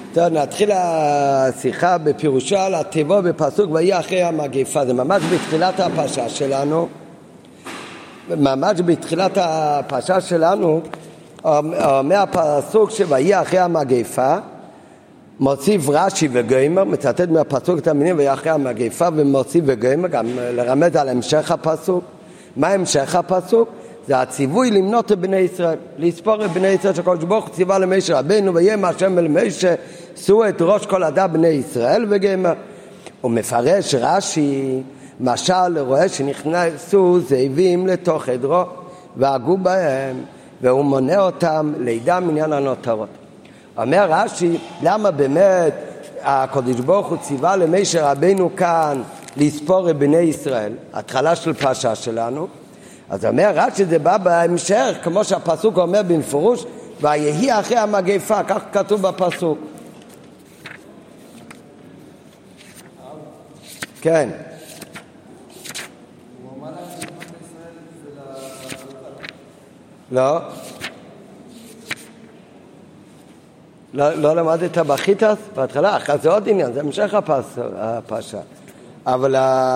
טוב, נתחיל השיחה בפירושה על התיבו בפסוק ויהי אחרי המגפה. זה ממש בתחילת הפרשה שלנו. ממש בתחילת הפרשה שלנו אומר הפסוק שויהי אחרי המגפה, מוסיף רש"י וגוימר, מצטט מהפסוק את המילים ויהי אחרי המגפה, ומוסיף וגוימר גם לרמז על המשך הפסוק. מה המשך הפסוק? זה הציווי למנות את בני ישראל, לספור את בני ישראל שהקדוש ברוך הוא ציווה למשה רבנו ויהיה מהשם אל משה שאו את ראש כל עדה בני ישראל וגמר. הוא מפרש רש"י משל רואה שנכנסו זאבים לתוך עדרו והגו בהם והוא מונה אותם לידה מניין הנותרות. אומר רש"י למה באמת הקדוש ברוך הוא ציווה למשה רבנו כאן לספור את בני ישראל, התחלה של פרשה שלנו. אז אומר רש"י זה בא בהמשך כמו שהפסוק אומר במפורש ויהי אחרי המגפה, כך כתוב בפסוק. כן. לא. לא למדת בחיטס בהתחלה, אחרי זה עוד עניין, זה המשך הפרשה. אבל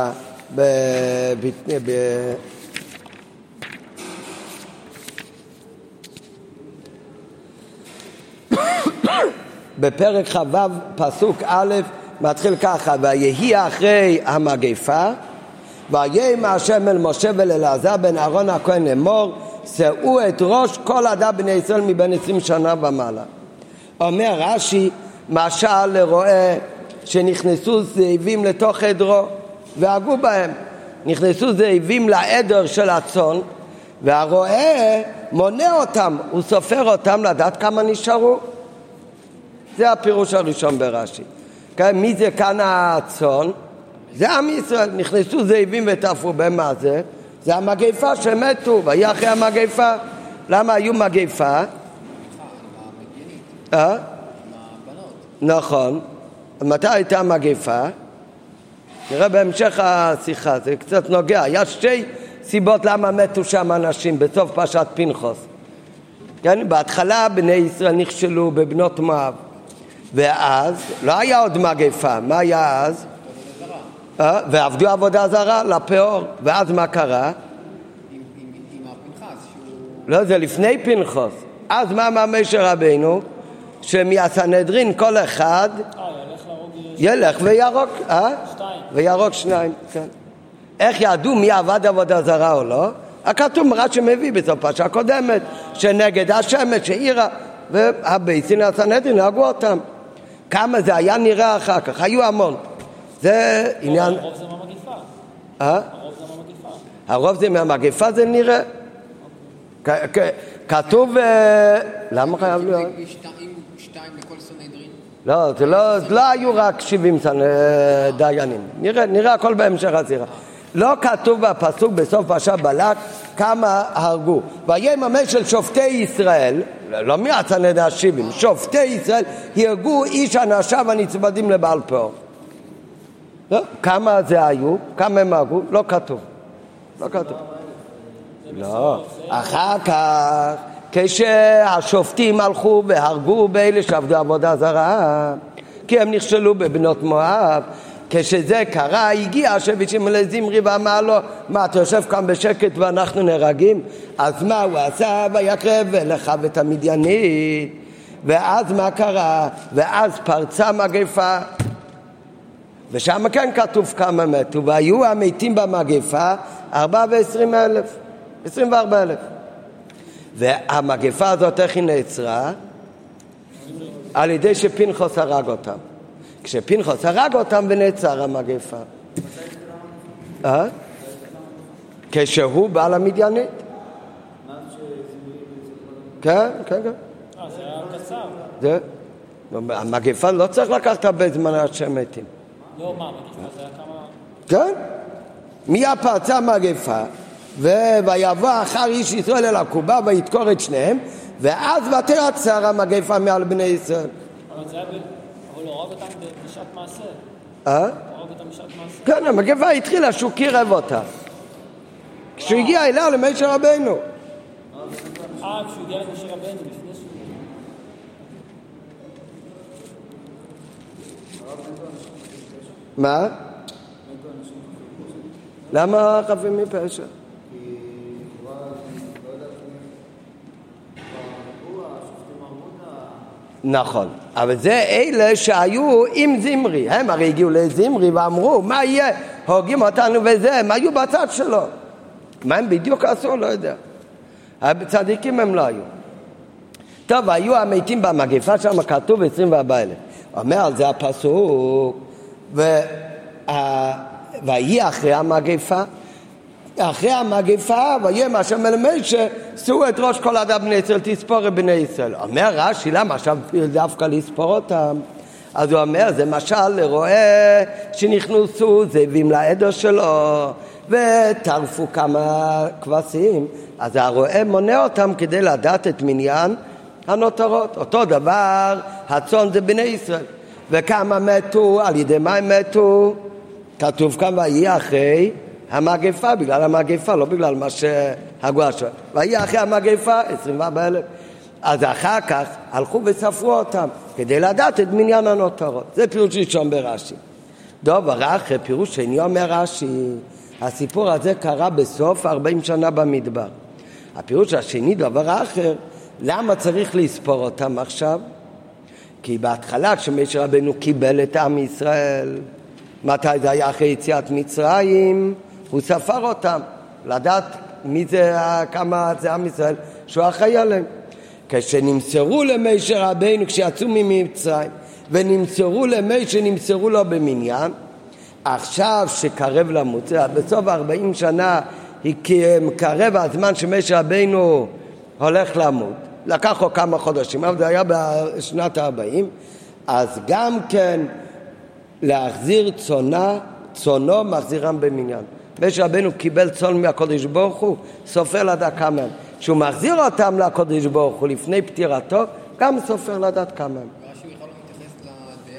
בפרק חו' פסוק א' מתחיל ככה ויהי אחרי המגפה ויהי השם אל משה ואל אלעזר בן אהרון הכהן לאמור שאו את ראש כל עדה בני ישראל מבין 20 שנה ומעלה. אומר רש"י משל רואה שנכנסו זאבים לתוך עדרו והגו בהם, נכנסו זאבים לעדר של הצאן והרועה מונה אותם, הוא סופר אותם לדעת כמה נשארו. זה הפירוש הראשון ברש"י. מי זה כאן הצאן? זה עם ישראל, נכנסו זאבים וטפו בהם. מה זה? זה המגפה שמתו, ויהי אחרי המגפה. למה היו מגפה? נכון. מתי הייתה המגפה? נראה בהמשך השיחה, זה קצת נוגע. היה שתי סיבות למה מתו שם אנשים בסוף פרשת פנחס. כן? בהתחלה בני ישראל נכשלו בבנות מואב. ואז לא היה עוד מגפה, מה היה אז? ועבדו עבודה זרה לפאור. ואז מה קרה? עם הפנחס לא, זה לפני פנחס. אז מה משה רבנו? שמהסנהדרין כל אחד ילך וירוק וירוק שניים. כן. איך ידעו מי עבד עבודה זרה או לא? הכתוב מראה שמביא בסוף פרשה הקודמת שנגד השמש שעירה והבייסין הסנהדרין נהגו אותם. כמה זה היה נראה אחר כך? היו המון. זה עניין... הרוב זה מהמגפה. הרוב זה מהמגפה זה נראה. כתוב... למה חייב להיות? שתיים לכל סנהדרין? לא, זה לא היו רק 70 דיינים. נראה הכל בהמשך השיחה. לא כתוב בפסוק בסוף פרשת בלק כמה הרגו. ויהי ממש של שופטי ישראל, לא מהסנהדרין ה-70, שופטי ישראל הרגו איש אנשיו הנצמדים לבעל פאור. לא, כמה זה היו? כמה הם הרגו? לא כתוב. לא כתוב. לא, אחר כך כשהשופטים הלכו והרגו באלה שעבדו עבודה זרה כי הם נכשלו בבנות מואב. כשזה קרה הגיע השבט שמעון זמרי ואמר לו מה אתה יושב כאן בשקט ואנחנו נהרגים? אז מה הוא עשה? ויקרב ולחב את המדיינית. ואז מה קרה? ואז פרצה מגפה ושם כן כתוב כמה מתו והיו המתים במגפה 24,000. והמגפה הזאת איך היא נעצרה? על ידי שפנחס הרג אותם. כשפנחס הרג אותם ונעצר המגפה. כשהוא בא למדיינית. כן. זה היה קצר. המגפה לא צריך לקחת הרבה זמן עד שהם מתים. לא, מה, המגפה זה היה כמה... כן. מיד פרצה מגפה ויבוא אחר איש ישראל אל הקובה ויתקור את שניהם ואז ותעצר המגפה מעל בני ישראל. אבל זה היה אבל הוא הרג אותם בשעת מעשה. הרג אותם בשעת מעשה. כן, המגפה התחילה שהוא קירב אותה כשהוא הגיע אליה למשה רבנו. כשהוא הגיע למשה רבנו לפני שהוא... מה? למה חפים מפשע? נכון, אבל זה אלה שהיו עם זמרי, הם הרי הגיעו לזמרי ואמרו מה יהיה, הוגים אותנו וזה, הם היו בצד שלו, מה הם בדיוק עשו? לא יודע, צדיקים הם לא היו. טוב, היו המתים במגפה, שם כתוב 24,000, אומר על זה הפסוק, ויהי אחרי המגפה, ויהיה מה שאומר למשה, שאו את ראש כל עדת בני ישראל, תספור את בני ישראל. אומר רש"י, למה עכשיו דווקא לספור אותם? אז הוא אומר, זה משל לרועה שנכנסו זאבים לעדר שלו וטרפו כמה כבשים, אז הרועה מונה אותם כדי לדעת את מניין הנותרות. אותו דבר, הצאן זה בני ישראל, וכמה מתו, על ידי מה הם מתו? כתוב כאן ויהי אחרי המגפה, בגלל המגפה, לא בגלל מה שהגועה שואל. ויהי אחרי המגפה 24,000. אז אחר כך הלכו וספרו אותם כדי לדעת את מניין הנותרות. זה פירוש ראשון ברש"י. דובר אחר, פירוש שני אומר רש"י, הסיפור הזה קרה בסוף 40 שנה במדבר. הפירוש השני, דובר אחר, למה צריך לספור אותם עכשיו? כי בהתחלה כשמשה רבנו קיבל את עם ישראל, מתי זה היה אחרי יציאת מצרים, הוא ספר אותם, לדעת מי זה, כמה זה עם ישראל, שהוא אחראי עליהם. כשנמסרו למשה רבנו, כשיצאו ממצרים, ונמסרו למשה, נמסרו לו במניין, עכשיו שקרב למות, בסוף 40 שנה, קרב הזמן שמשה רבנו הולך למות, לקח לו כמה חודשים, אבל זה היה בשנת 40, אז גם כן להחזיר צונו מחזירם במניין. משה רבנו קיבל צאן מהקדוש ברוך הוא, סופר לדעת כמה הם. שהוא מחזיר אותם לקדוש ברוך הוא לפני פטירתו, גם סופר לדעת כמה הם. רש"י בכלל לא מתייחס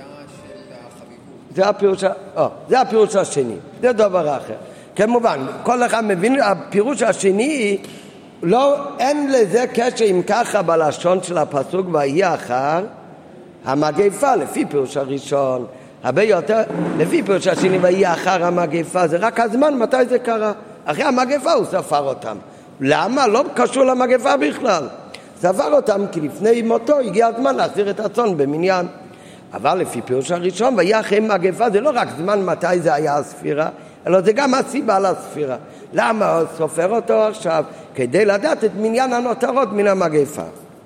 לדעה של החביבות. זה הפירוש השני, זה דבר אחר. כמובן, כל אחד מבין, הפירוש השני, אין לזה קשר אם ככה בלשון של הפסוק ויהי אחר המגפה, לפי פירוש הראשון. הרבה יותר, לפי פירוש השני ויהי אחר המגפה, זה רק הזמן מתי זה קרה. אחרי המגפה הוא ספר אותם. למה? לא קשור למגפה בכלל. ספר אותם כי לפני מותו הגיע הזמן להחזיר את הצאן במניין. אבל לפי פירוש הראשון ויהי אחרי מגפה, זה לא רק זמן מתי זה היה הספירה, אלא זה גם הסיבה לספירה. למה הוא סופר אותו עכשיו? כדי לדעת את מניין הנותרות מן המגפה.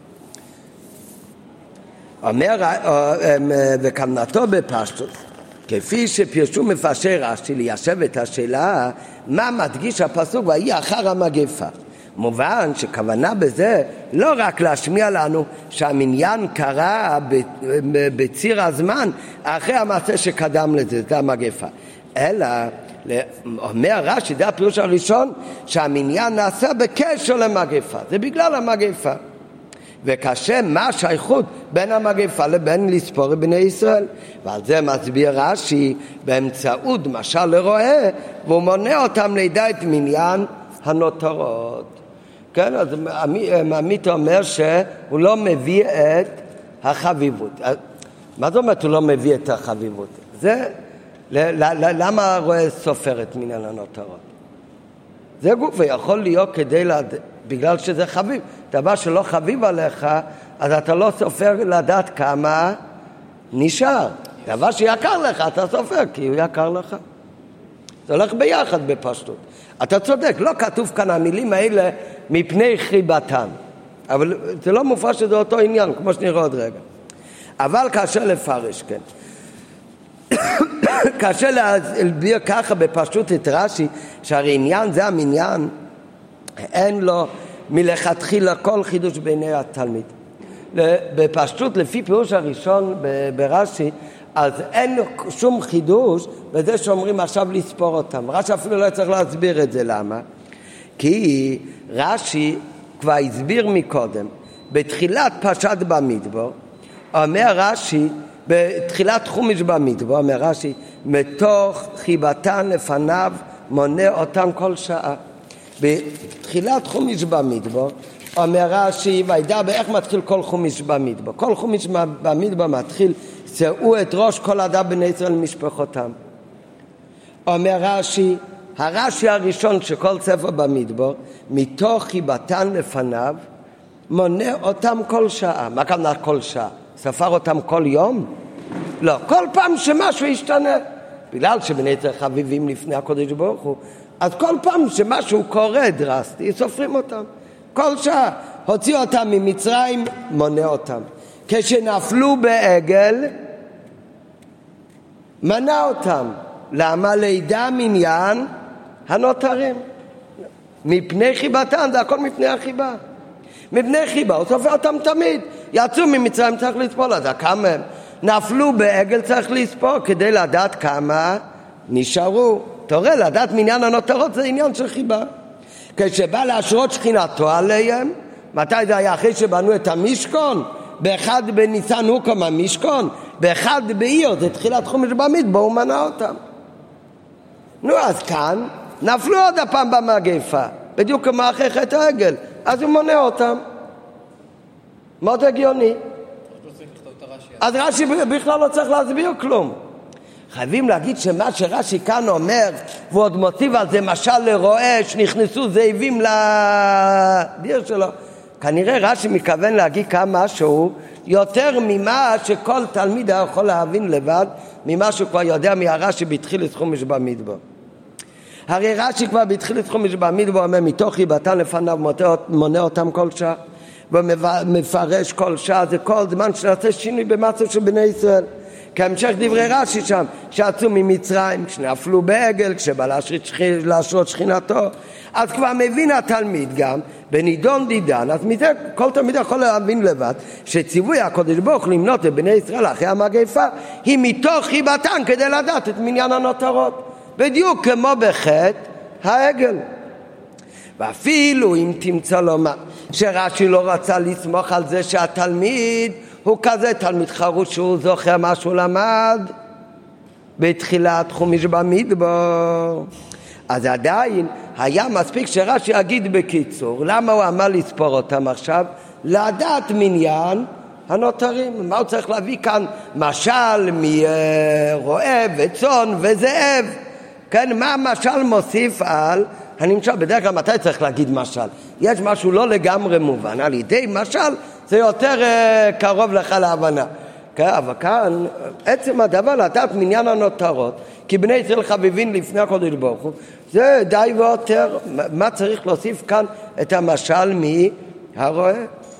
אומר וכוונתו בפשטות, כפי שפירשו מפרשי רש"י ליישב את השאלה מה מדגיש הפסוק ויהי אחר המגפה. מובן שכוונה בזה לא רק להשמיע לנו שהמניין קרה בציר הזמן אחרי המעשה שקדם לזה, זה המגפה, אלא אומר רש"י, זה הפירוש הראשון, שהמניין נעשה בקשר למגפה, זה בגלל המגפה. וקשה מה השייכות בין המגפה לבין לספור בני ישראל, ועל זה מסביר רש"י באמצעות משל לרועה, והוא מונה אותם לידע את מניין הנותרות. כן, אז עמית אומר שהוא לא מביא את החביבות. מה זאת אומרת הוא לא מביא את החביבות? זה למה הרועה סופר את מניין הנותרות? זה גוף ויכול להיות בגלל שזה חביב. דבר שלא חביב עליך, אז אתה לא סופר לדעת כמה נשאר. דבר שיקר לך, אתה סופר כי הוא יקר לך. זה הולך ביחד בפשטות. אתה צודק, לא כתוב כאן המילים האלה מפני חיבתן. אבל זה לא מופרש שזה אותו עניין, כמו שנראה עוד רגע. אבל כאשר לפרש, כן. קשה להסביר ככה בפשטות את רש"י, שהרי עניין זה המניין, אין לו מלכתחילה כל חידוש בעיני התלמיד. בפשטות לפי פירוש הראשון ברש"י, אז אין שום חידוש בזה שאומרים עכשיו לספור אותם. רש"י אפילו לא צריך להסביר את זה. למה? כי רש"י כבר הסביר מקודם, בתחילת פרשת במדבר, אומר רש"י, בתחילת חומש במדבר, אומר רש"י, מתוך חיבתן לפניו מונה אותם כל שעה. בתחילת חומש במדבר אומר רש"י, וידע באיך מתחיל כל חומש במדבר. כל חומש במדבר מתחיל, שאו את ראש כל אדם בני ישראל למשפחותם. אומר רש"י, הרש"י הראשון שכל ספר במדבר, מתוך חיבתן לפניו, מונה אותם כל שעה. מה כמובן כל שעה? ספר אותם כל יום? לא, כל פעם שמשהו ישתנה. בגלל שבני ישראל חביבים לפני הקדוש ברוך הוא, אז כל פעם שמשהו קורה דרסטי, סופרים אותם. כל שעה. הוציאו אותם ממצרים, מונה אותם. כשנפלו בעגל, מנה אותם. למה? לידע מניין הנותרים. מפני חיבתן, זה הכל מפני החיבה. מפני חיבה, הוא סופר אותם תמיד. יצאו ממצרים, צריך לספור לדעת כמה הם. נפלו בעגל, צריך לספור כדי לדעת כמה נשארו. תראה, לדעת מניין הנותרות זה עניין של חיבה. כשבא להשרות שכינתו עליהם, מתי זה היה? אחרי שבנו את המשכון? באחד בניסן הוא קם המשכון, באחד באייר, זה תחילת חומש במדבר, הוא מנה אותם. נו, אז כאן נפלו עוד הפעם במגפה, בדיוק כמו אחרי חטא העגל, אז הוא מונה אותם. מאוד הגיוני. אז רש"י בכלל לא צריך להסביר כלום. חייבים להגיד שמה שרש"י כאן אומר, והוא עוד מוסיף על זה משל לרועה שנכנסו זאבים לדיר שלו, כנראה רש"י מכוון להגיד כאן משהו יותר ממה שכל תלמיד יכול להבין לבד, ממה שהוא כבר יודע מהרש"י בתחילת חומש במדבר. הרי רש"י כבר בתחילת חומש במדבר אומר, מתוך חיבתן לפניו מונה אותם כל שעה, ומפרש כל שעה, זה כל זמן שנעשה שינוי במצב של בני ישראל. כהמשך דברי רש"י שם, שיצאו ממצרים, כשנפלו בעגל, כשבא להשרות שכינתו, אז כבר מבין התלמיד גם, בנידון דידן, אז מזה כל תלמיד יכול להבין לבד, שציווי הקדוש ברוך הוא למנות את בני ישראל אחרי המגפה, היא מתוך חיבתן כדי לדעת את מניין הנותרות, בדיוק כמו בחטא העגל. ואפילו אם תמצא לומר שרש"י לא רצה לסמוך על זה שהתלמיד הוא כזה תלמיד חרוץ שהוא זוכר מה שהוא למד בתחילת חומש במדבר, אז עדיין היה מספיק שרש"י יגיד בקיצור. למה הוא אמר לספור אותם עכשיו? לדעת מניין הנותרים. מה הוא צריך להביא כאן? משל מרועה וצאן וזאב. כן, מה המשל מוסיף על הנמשל? בדרך כלל מתי צריך להגיד משל? יש משהו לא לגמרי מובן, על ידי משל זה יותר קרוב לך להבנה. כן, אבל כאן עצם הדבר לדעת מניין הנותרות, כי בני ישראל חביבים לפני הקדוש ברוך הוא, זה די ויותר. מה צריך להוסיף כאן את המשל מהרועה?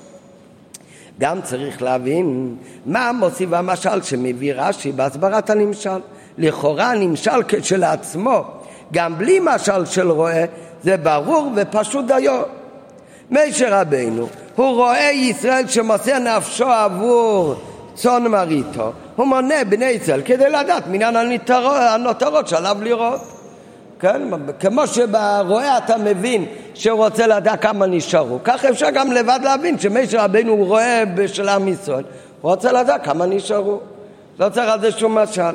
גם צריך להבין מה מוסיף המשל שמביא רש"י בהסברת הנמשל. לכאורה הנמשל כשלעצמו, גם בלי משל של רועה, זה ברור ופשוט דיו. משה רבינו הוא רואה ישראל שמוסר נפשו עבור צאן מרעיתו, הוא מונה בני ישראל כדי לדעת מניין הנותרות שעליו לראות. כן? כמו שברועה אתה מבין שהוא רוצה לדעת כמה נשארו, כך אפשר גם לבד להבין שמשה רבינו הוא רואה של עם ישראל, הוא רוצה לדעת כמה נשארו. לא צריך על זה שום משל.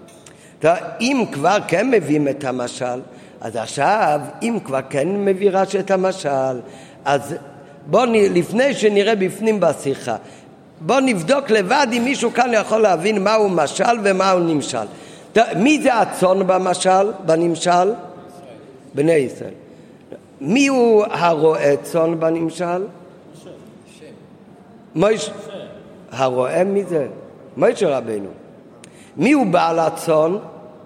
אם כבר כן מביאים את המשל, אז עכשיו אם כבר כן מביא רש"י את המשל, אז לפני שנראה בפנים בשיחה, בוא נבדוק לבד אם מישהו כאן יכול להבין מהו משל ומהו נמשל. מי זה הצאן במשל, בנמשל? בני ישראל. מי הוא הרועה צאן בנמשל? משה. הרועה מי זה? משה רבינו. מי הוא בעל הצאן?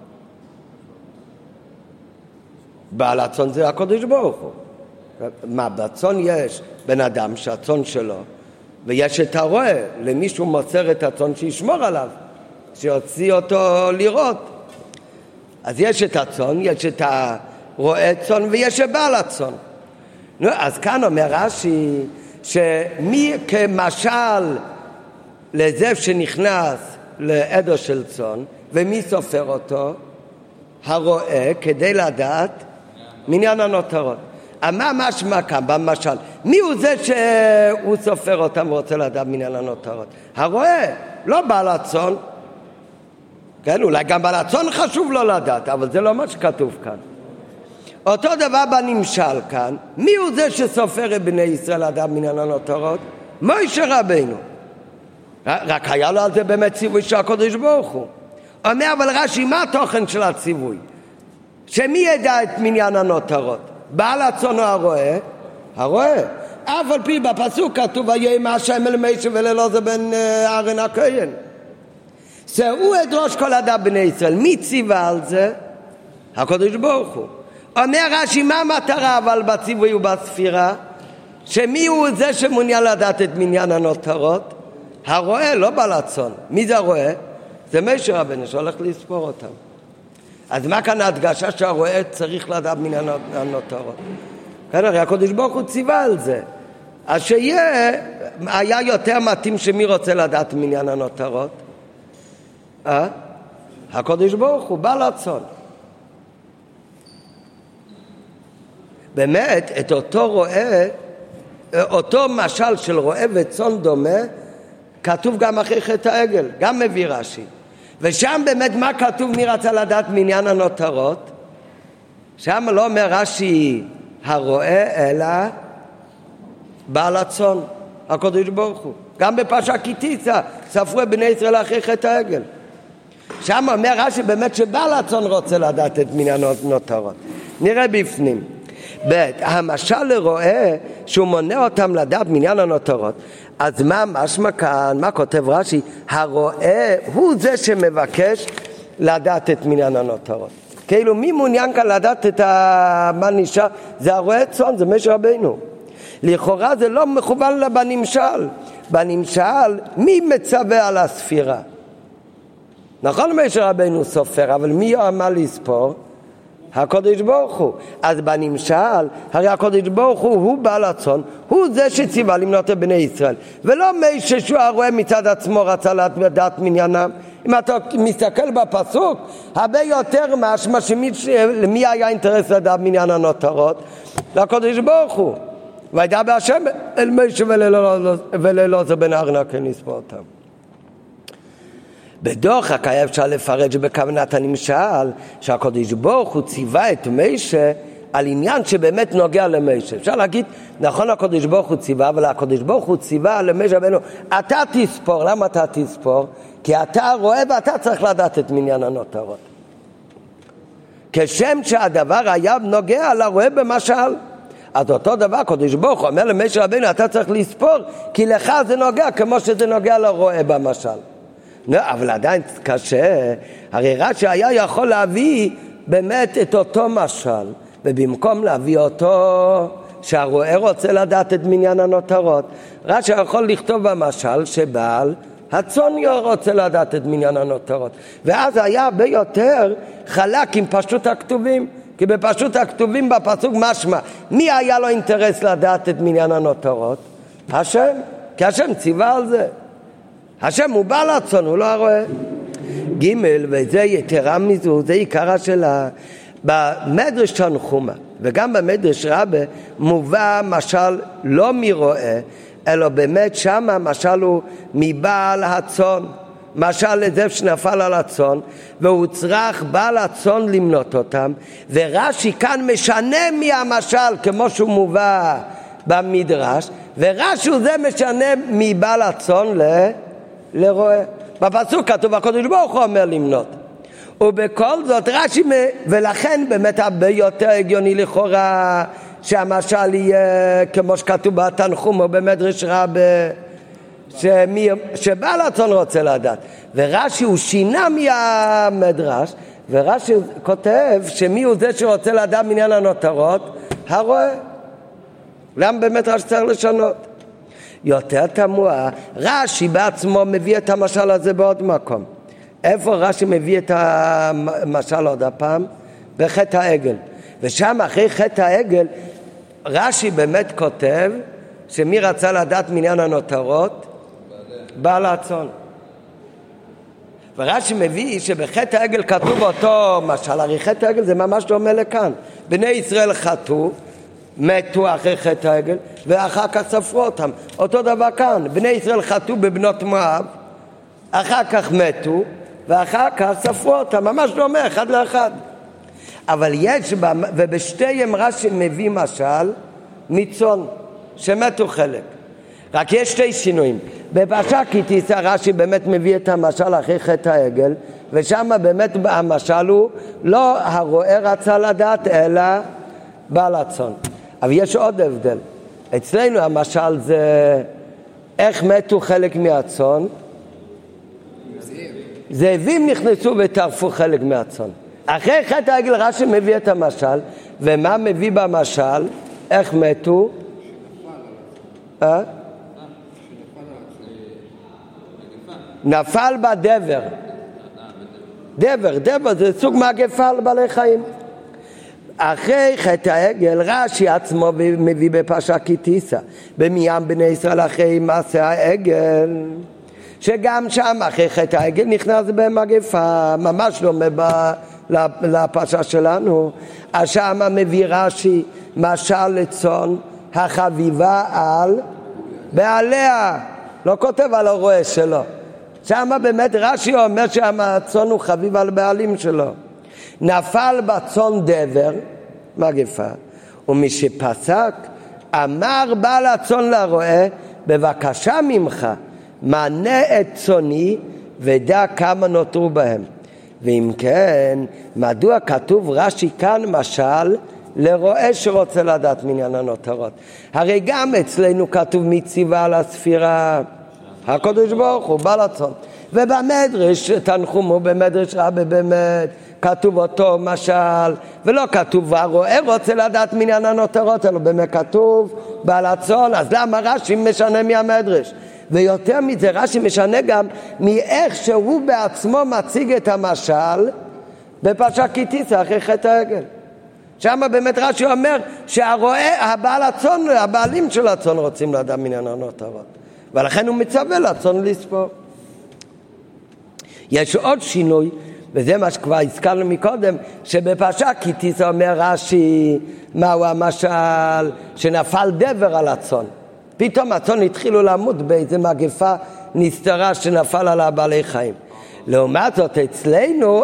בעל הצאן זה הקדוש ברוך הוא. מה, בצאן יש בן אדם שהצאן שלו, ויש את הרועה, למישהו מוסר את הצאן שישמור עליו, שיוציא אותו לראות. אז יש את הצאן, יש את הרועה צאן ויש את בעל הצאן. אז כאן אומר רש"י שמי כמשל לזאב שנכנס לעדר של צאן, ומי סופר אותו? הרועה, כדי לדעת מניין הנותרות. מה משמע כאן במשל? מי הוא זה שהוא סופר אותם ורוצה לדעת מניין הנותרות? הרועה, לא בעל הצאן. כן, אולי גם בעל הצאן חשוב לו לדעת, אבל זה לא מה שכתוב כאן. אותו דבר בנמשל כאן. מי הוא זה שסופר את בני ישראל לדעת מניין הנותרות? משה רבינו. רק היה לו על זה באמת ציווי של הקדוש ברוך הוא. אומר אבל רש"י, מה התוכן של הציווי? שמי ידע את מניין הנותרות? בעל הצאן או הרועה? הרועה. אף על פי בפסוק כתוב ויאמר השם אל משה ולאלעזר בן אהרון הכהן. שהוא ידרוש כל הדעת בני ישראל. מי ציווה על זה? הקדוש ברוך הוא. אומר רש"י, מה המטרה אבל בציווי ובספירה? שמי הוא זה שמעוניין לדעת את מניין הנותרות? הרועה, לא בעל הצאן. מי זה הרועה? זה משה רבנו שהולך לספור אותם. אז מה כאן ההדגשה שהרועה צריך לדעת מניין הנותרות? כן, הרי הקדוש ברוך הוא ציווה על זה. אז היה יותר מתאים שמי רוצה לדעת מניין הנותרות? הקדוש ברוך הוא, בעל הצאן. באמת, את אותו רועה, אותו משל של רועה וצאן דומה, כתוב גם אחרי חטא העגל, גם מביא רש"י. ושם באמת מה כתוב מי רצה לדעת מניין הנותרות? שם לא אומר רש"י הרועה, אלא בעל הצאן, הקדוש ברוך הוא. גם בפרשת כי תצא, ספרו בני ישראל אחרי חטא העגל. שם אומר רש"י באמת שבעל הצאן רוצה לדעת את מניין הנותרות. נראה בפנים. המשל לרועה שהוא מונע אותם לדעת מניין הנותרות. אז מה משמע כאן? מה כותב רש"י? הרועה הוא זה שמבקש לדעת את מניין הנותרות. כאילו מי מעוניין כאן לדעת את מה נשאר? זה הרועה צאן, זה משה רבינו. לכאורה זה לא מכוון בנמשל. בנמשל מי מצווה על הספירה? נכון משה רבינו סופר, אבל מי אמר לספור? הקדוש ברוך הוא. אז בנמשל, הרי הקדוש ברוך הוא בעל הצאן, הוא זה שציווה למנות את בני ישראל, ולא משה שהוא הרועה מצד עצמו רצה לדעת מניינם. אם אתה מסתכל בפסוק, הרבה יותר משמע למי היה אינטרס לדעת מניין הנותרות? לקדוש ברוך הוא. וידע בהשם אל משה ולאלעזר בן אהרון הכהן לספור אותם. בדוחק היה אפשר לפרש בכוונת הנמשל שהקדוש ברוך הוא ציווה את משה על עניין שבאמת נוגע למשה. אפשר להגיד, נכון הקדוש ברוך הוא ציווה, אבל הקדוש ברוך הוא ציווה למשה רבנו, אתה תספור. למה אתה תספור? כי אתה רואה ואתה צריך לדעת את מניין הנותרות. כשם שהדבר היה נוגע לרואה במשל. אז אותו דבר הקדוש ברוך הוא אומר למשה רבנו, אתה צריך לספור, כי לך זה נוגע כמו שזה נוגע לרואה במשל. לא, אבל עדיין קשה. הרי רש"י היה יכול להביא באמת את אותו משל, ובמקום להביא אותו שהרועה רוצה לדעת את מניין הנותרות, רש"י יכול לכתוב במשל שבעל הצאן רוצה לדעת את מניין הנותרות, ואז היה הרבה יותר חלק עם פשוט הכתובים. כי בפשוט הכתובים בפסוק משמע מי היה לו אינטרס לדעת את מניין הנותרות? השם, כי השם ציווה על זה. השם הוא בעל הצאן, הוא לא הרועה. ג' וזה יתרה מזו, זה עיקרה שלה. במדרש תנחומא וגם במדרש רבה מובא משל לא מרועה, אלא באמת שם המשל הוא מבעל הצאן. משל לזה שנפל על הצאן, והוא צריך בעל הצאן למנות אותם, ורש"י כאן משנה מהמשל כמו שהוא מובא במדרש, ורש"י זה משנה מבעל הצאן לרועה. בפסוק כתוב הקדוש ברוך הוא אומר למנות, ובכל זאת רש"י, ולכן באמת הרבה יותר הגיוני לכאורה שהמשל יהיה כמו שכתוב בתנחומא במדרש רבה, שבעל הצאן רוצה לדעת. ורש"י הוא שינה מהמדרש, ורש"י כותב שמי הוא זה שרוצה לדעת מניין הנותרות? הרועה. למה באמת רש"י צריך לשנות? יותר תמוה, רש"י בעצמו מביא את המשל הזה בעוד מקום. איפה רש"י מביא את המשל עוד הפעם? בחטא העגל. ושם אחרי חטא העגל רש"י באמת כותב שמי רצה לדעת מניין הנותרות? בעל הצאן. ורש"י מביא שבחטא העגל כתוב אותו משל, הרי חטא העגל זה ממש דומה לכאן. בני ישראל חטאו, מתו אחרי חטא העגל, ואחר כך ספרו אותם. אותו דבר כאן, בני ישראל חטאו בבנות מואב, אחר כך מתו, ואחר כך ספרו אותם, ממש דומה אחד לאחד. אבל יש, ובשתיהם רש"י מביא משל מצאן שמתו חלק. רק יש שתי שינויים. בפרשת כי תישא רש"י באמת מביא את המשל אחרי חטא העגל, ושם באמת המשל הוא לא הרועה רצה לדעת אלא בעל הצאן. אבל יש עוד הבדל. אצלנו המשל זה איך מתו חלק מהצאן. זאבים נכנסו וטרפו חלק מהצאן. אחרי חטא העגל רש"י מביא את המשל, ומה מביא במשל? איך מתו? נפל בדבר. דבר זה סוג מגפה על בעלי חיים. אחרי חטא העגל רש"י עצמו מביא בפרשת כי תישא במניין בני ישראל אחרי מעשה העגל, שגם שם אחרי חטא העגל נכנס במגפה, ממש דומה לפרשה שלנו. אז שם מביא רש"י משל לצאן החביבה על בעליה, לא כותב על הרועה שלו. שם באמת רש"י אומר שהצאן הוא חביב על בעלים שלו. נפל בצאן דבר, מגפה, ומשפסק אמר בעל הצאן לרועה, בבקשה ממך מנה את צאני ודע כמה נותרו בהם. ואם כן, מדוע כתוב רש"י כאן משל לרועה שרוצה לדעת מניין הנותרות? הרי גם אצלנו כתוב מי ציווה על הספירה? הקדוש ברוך הוא בעל הצאן. ובמדרש תנחומו, במדרש רבה באמת כתוב אותו משל, ולא כתוב הרועה רוצה לדעת מניין הנותרות, אלא באמת כתוב בעל הצאן. אז למה רש"י משנה מהמדרש? ויותר מזה רש"י משנה גם מאיך שהוא בעצמו מציג את המשל בפרשת כי תישא אחרי חטא העגל. שם באמת רש"י אומר שהרועה, הבעל הצאן, הבעלים של הצאן רוצים לדעת מניין הנותרות, ולכן הוא מצווה לצאן לספור. יש עוד שינוי, וזה מה שכבר הזכרנו מקודם, שבפרשת כי תישא אומר רש"י מהו המשל שנפל דבר על הצאן. פתאום הצאן התחילו למות באיזה מגפה נסתרה שנפל על הבעלי חיים. לעומת זאת אצלנו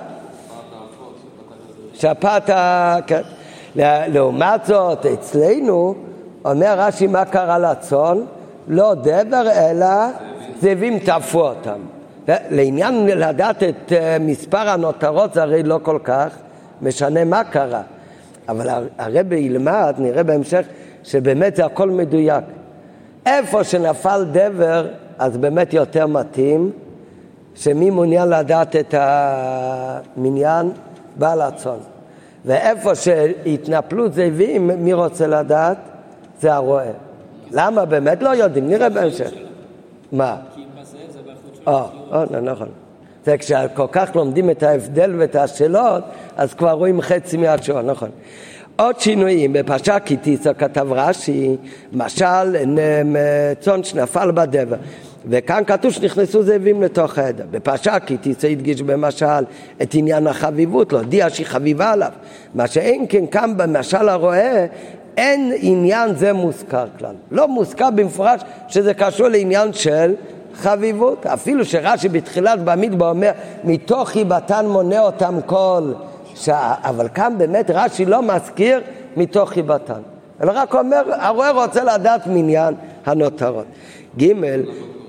שפעת, כן. לעומת זאת אצלנו אומר רש"י מה קרה לצאן? לא דבר אלא זאבים טרפו אותם. לעניין לדעת את מספר הנותרות זה הרי לא כל כך משנה מה קרה, אבל הרב ילמד, נראה בהמשך שבאמת זה הכל מדויק. איפה שנפל דבר אז באמת יותר מתאים שמי מעוניין לדעת את המניין? בעל הצאן. ואיפה שהתנפלו זאבים מי רוצה לדעת? זה הרועה. למה? באמת לא יודעים, נראה בהמשך. מה? כי בזה זה באחרות של נכון. זה כשכל כך לומדים את ההבדל ואת השאלות, אז כבר רואים חצי מהתשובה, נכון. עוד שינויים, בפרשת כי תישא כתב רש"י, משל צאן שנפל בדבר. וכאן כתוב שנכנסו זאבים לתוך העדר. בפרשת כי תישא הדגיש במשל את עניין החביבות, להודיע שהיא חביבה עליו. מה שאין כן כאן במשל הרועה, אין עניין זה מוזכר כלל. לא מוזכר במפורש שזה קשור לעניין של חביבות. אפילו שרש"י בתחילת במדבר אומר, מתוך חיבתן מונה אותם כל שעה. אבל כאן באמת רש"י לא מזכיר מתוך חיבתן. אלא רק אומר, הרועה רוצה לדעת מניין הנותרות. ג' למה אומר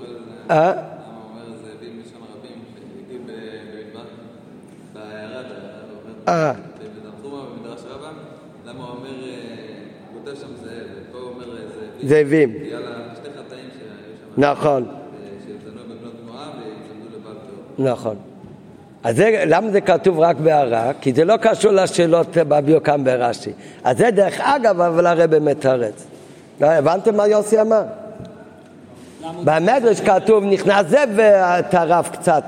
זאבים לשון רבים, שהגיע במדבר, בהערה, בנחומה במדרש רבה, למה הוא אומר, הוא כותב שם זאב, ופה הוא אומר זאבים. בגלל שתי חטאים שהיו שם. נכון. שיזנו בבנות מואב ויצמדו לבעל פאור. נכון. אז למה זה כתוב רק בהערה? כי זה לא קשור לשאלות בביו כאן ברש"י. אז זה דרך אגב, אבל הרב מתרץ. הבנתם מה יוסי אמר? במדרש כתוב נכנס זה וטרף קצת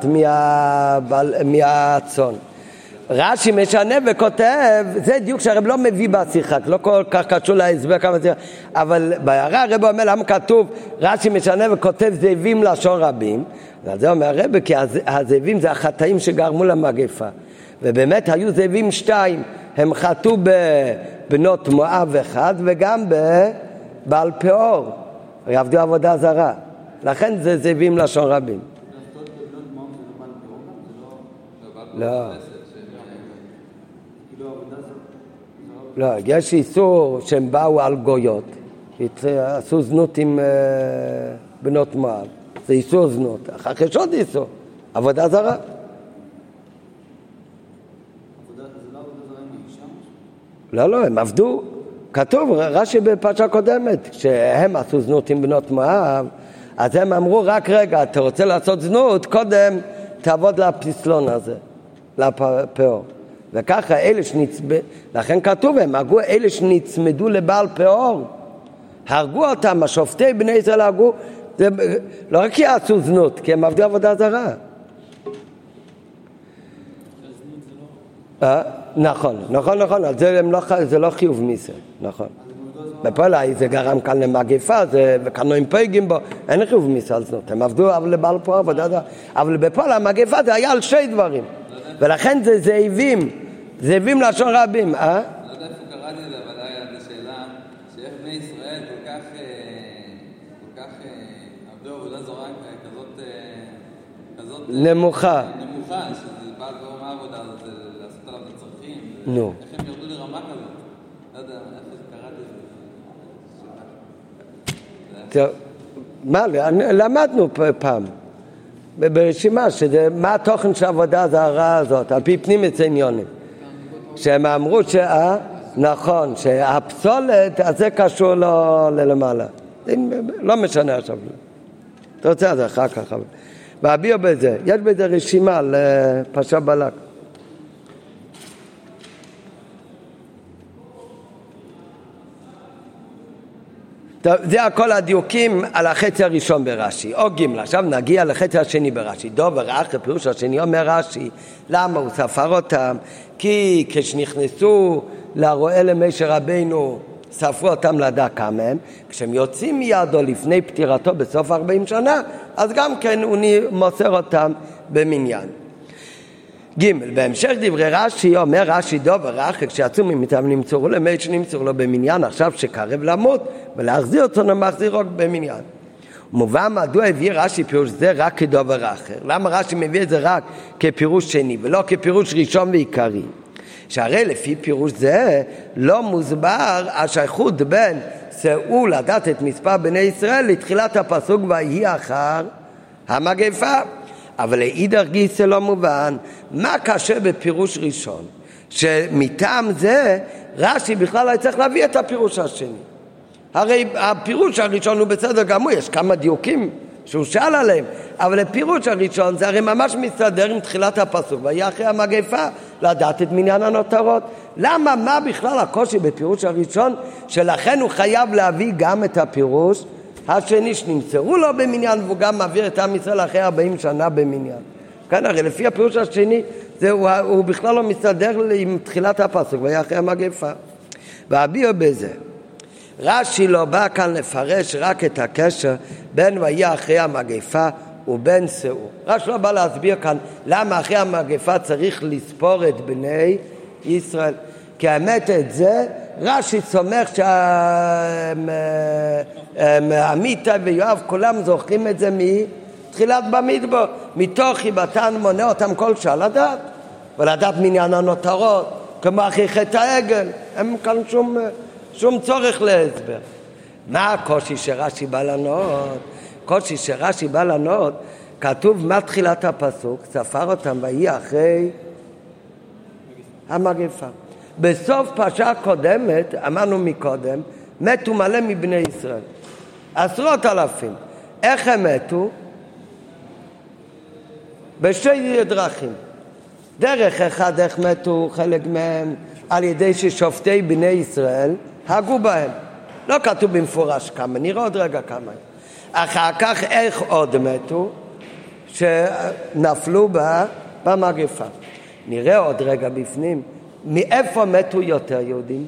מהצאן. רש"י משנה וכותב, זה דיוק שהרב לא מביא בשיחה, לא כל כך קשור להסבר כמה זה, אבל בהערה הרב אומר למה כתוב רש"י משנה וכותב זאבים לשון רבים. אז זה אומר הרב כי הזאבים זה החטאים שגרמו למגפה, ובאמת היו זאבים 2, הם חטאו בבנות מואב 1 וגם בבעל פאור, יעבדו עבודה זרה, לכן זה זאבים לשון רבים. לא. לא, יש איסור שהם באו על גויות, עשו זנות עם בנות מואב, זה איסור זנות. אחר כך יש עוד איסור, עבודה זרה. זה לא עבודה זרה עם אישה? לא, הם עבדו. כתוב, רש"י בפרשה קודמת, כשהם עשו זנות עם בנות מואב, אז הם אמרו, רק רגע, אתה רוצה לעשות זנות, קודם תעבוד לפסלון הזה, לפאור. וככה לכן כתוב, הם הרגו אלה שנצמדו לבעל פאור, הרגו אותם, השופטי בני ישראל הרגו, לא רק כי עשו זנות, כי הם עבדו עבודה זרה. נכון, זה לא חיוב מיסה, נכון. בפועל זה גרם כאן למגפה, וכאן הם פגעים בו, אין חיוב מיסה על זנות, הם עבדו לבעל פאור עבודה זרה, אבל בפועל המגפה זה היה על שני דברים, ולכן זה זאבים לשון רבים. לא יודע איפה קראתי את זה, אבל היה שאלה שאיך בני ישראל כל כך עבדו עבודה זרה כזאת נמוכה, שזה בא כבר מהעבודה הזאת, לעשות עליו את הצרכים, איך הם ירדו לרמה כזאת. לא יודע איפה קראתי את זה. למדנו פעם ברשימה מה התוכן של העבודה הזרה הזאת על פי פנים עניונים, שהם אמרו נכון, שהפסולת הזה קשור לו ללמעלה, לא משנה עכשיו, אתה רוצה את זה אחר כך. והביאו בזה, יש בזה רשימה לפרשת בלק. זה הכל הדיוקים על החצי הראשון ברש"י, או ג'. עכשיו נגיע לחצי השני ברש"י. דובר אחר פירוש השני אומר רש"י, למה הוא ספר אותם? כי כשנכנסו לרועה למשה רבינו, ספרו אותם לדע כמה הם, כשהם יוצאים מידו לפני פטירתו בסוף 40 שנה, אז גם כן הוא מוסר אותם במניין. ג' בהמשך דברי רש"י אומר רש"י דובר אחר כשיצאו ממיתם נמצאו למשה נמצאו לו במניין, עכשיו שקרב למות ולהחזיר אותו מחזיר רק במניין. מובן מדוע הביא רש"י פירוש זה רק כדובר אחר? למה רש"י מביא את זה רק כפירוש שני ולא כפירוש ראשון ועיקרי? שהרי לפי פירוש זה לא מוסבר השייכות בין שאו לדעת את מספר בני ישראל לתחילת הפסוק ויהי אחר המגפה. אבל לאידך גיסא לא מובן מה קשה בפירוש ראשון, שמטעם זה רש"י בכלל היה צריך להביא את הפירוש השני. הרי הפירוש הראשון הוא בסדר גמור, יש כמה דיוקים שהוא שאל עליהם, אבל הפירוש הראשון זה הרי ממש מסתדר עם תחילת הפסוק ויהי אחרי המגפה, לדעת את מניין הנותרות. למה, מה בכלל הקושי בפירוש הראשון, שלכן הוא חייב להביא גם את הפירוש השני שנמצאו לו במניין, והוא גם מעביר את עם ישראל אחרי 40 שנה במניין. כאן הרי לפי הפירוש השני הוא בכלל לא מסתדר עם תחילת הפסוק ויהי אחרי המגפה. והביאו בזה רש"י לא בא כאן לפרש רק את הקשר בין ויהי אחרי המגפה ובין שאו. רש"י לא בא להסביר כאן למה אחרי המגפה צריך לספור את בני ישראל, כי האמת את זה רש"י סומך שעמיתה ויואב כולם זוכרים את זה מתחילת במדבר, מתוך חיבתן מונה אותם כל שעה לדעת ולדעת מניין הנותרות כמו אחרי חטא העגל. הם כאן שום צורך להסבר. מה הקושי שרש"י בא לענות? קושי שרש"י בא לענות, כתוב מתחילת הפסוק ספר אותם ויהי אחרי המגפה. בסוף פרשה קודמת אמרנו מקודם מתו מלא מבני ישראל, 10,000. איך הם מתו? בשתי דרכים. דרך אחד איך מתו חלק מהם על ידי ששופטי בני ישראל הגו בהם, לא כתוב במפורש כמה, נראה עוד רגע כמה. אחר כך איך עוד מתו? שנפלו במגפה. נראה עוד רגע בפנים מאיפה מתו יותר יהודים?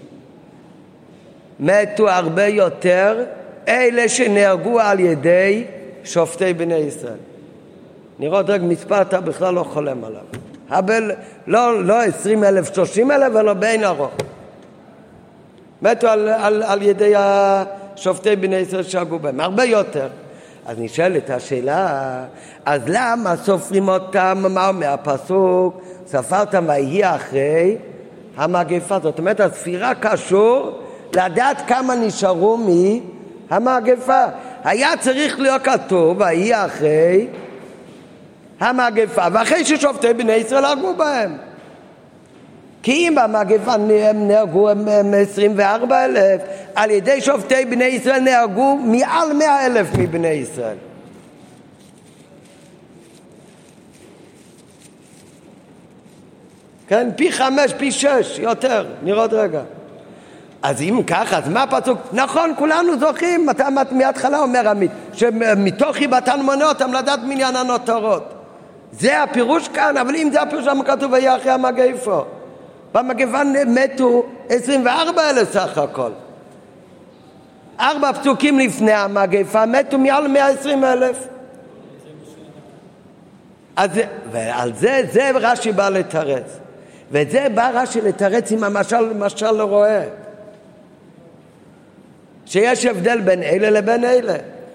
מתו הרבה יותר אלה שנהרגו על ידי שופטי בני ישראל. נראה עוד רגע מספר אתה בכלל לא חולם עליו, אבל לא 20,000 30,000 ולא בין ארוך. מתו על ידי השופטי בני ישראל שהגו בהם הרבה יותר. אז נשאלת השאלה, אז למה סופרים אותם? מה אומר הפסוק? ספרתם ויהי אחרי המגפה. זאת אומרת, הספירה קשור לדעת כמה נשארו מהמגפה. היה צריך להיות כתוב, ויהי אחרי המגפה, ואחרי ששופטי בני ישראל הרגו בהם. כי אם במגפה נהרגו 24,000, על ידי שופטי בני ישראל נהרגו מעל 100,000 מבני ישראל. כן, פי 5, פי 6, יותר, נראה עוד רגע. אז אם ככה, אז מה הפסוק? נכון, כולנו זוכים, מההתחלה אומר עמית, שמתוך חיבתן מונה אותם לדעת מניין הנותרות. זה הפירוש כאן, אבל אם זה הפירוש למה כתוב ויהי אחרי המגפה? במגפה מתו 24,000 סך הכל. 4 פסוקים לפני המגפה מתו מעל 120,000. ועל זה רש"י בא לתרץ. ואת זה בא רש"י לתרץ עם המשל לא רואה. שיש הבדל בין אלה לבין אלה.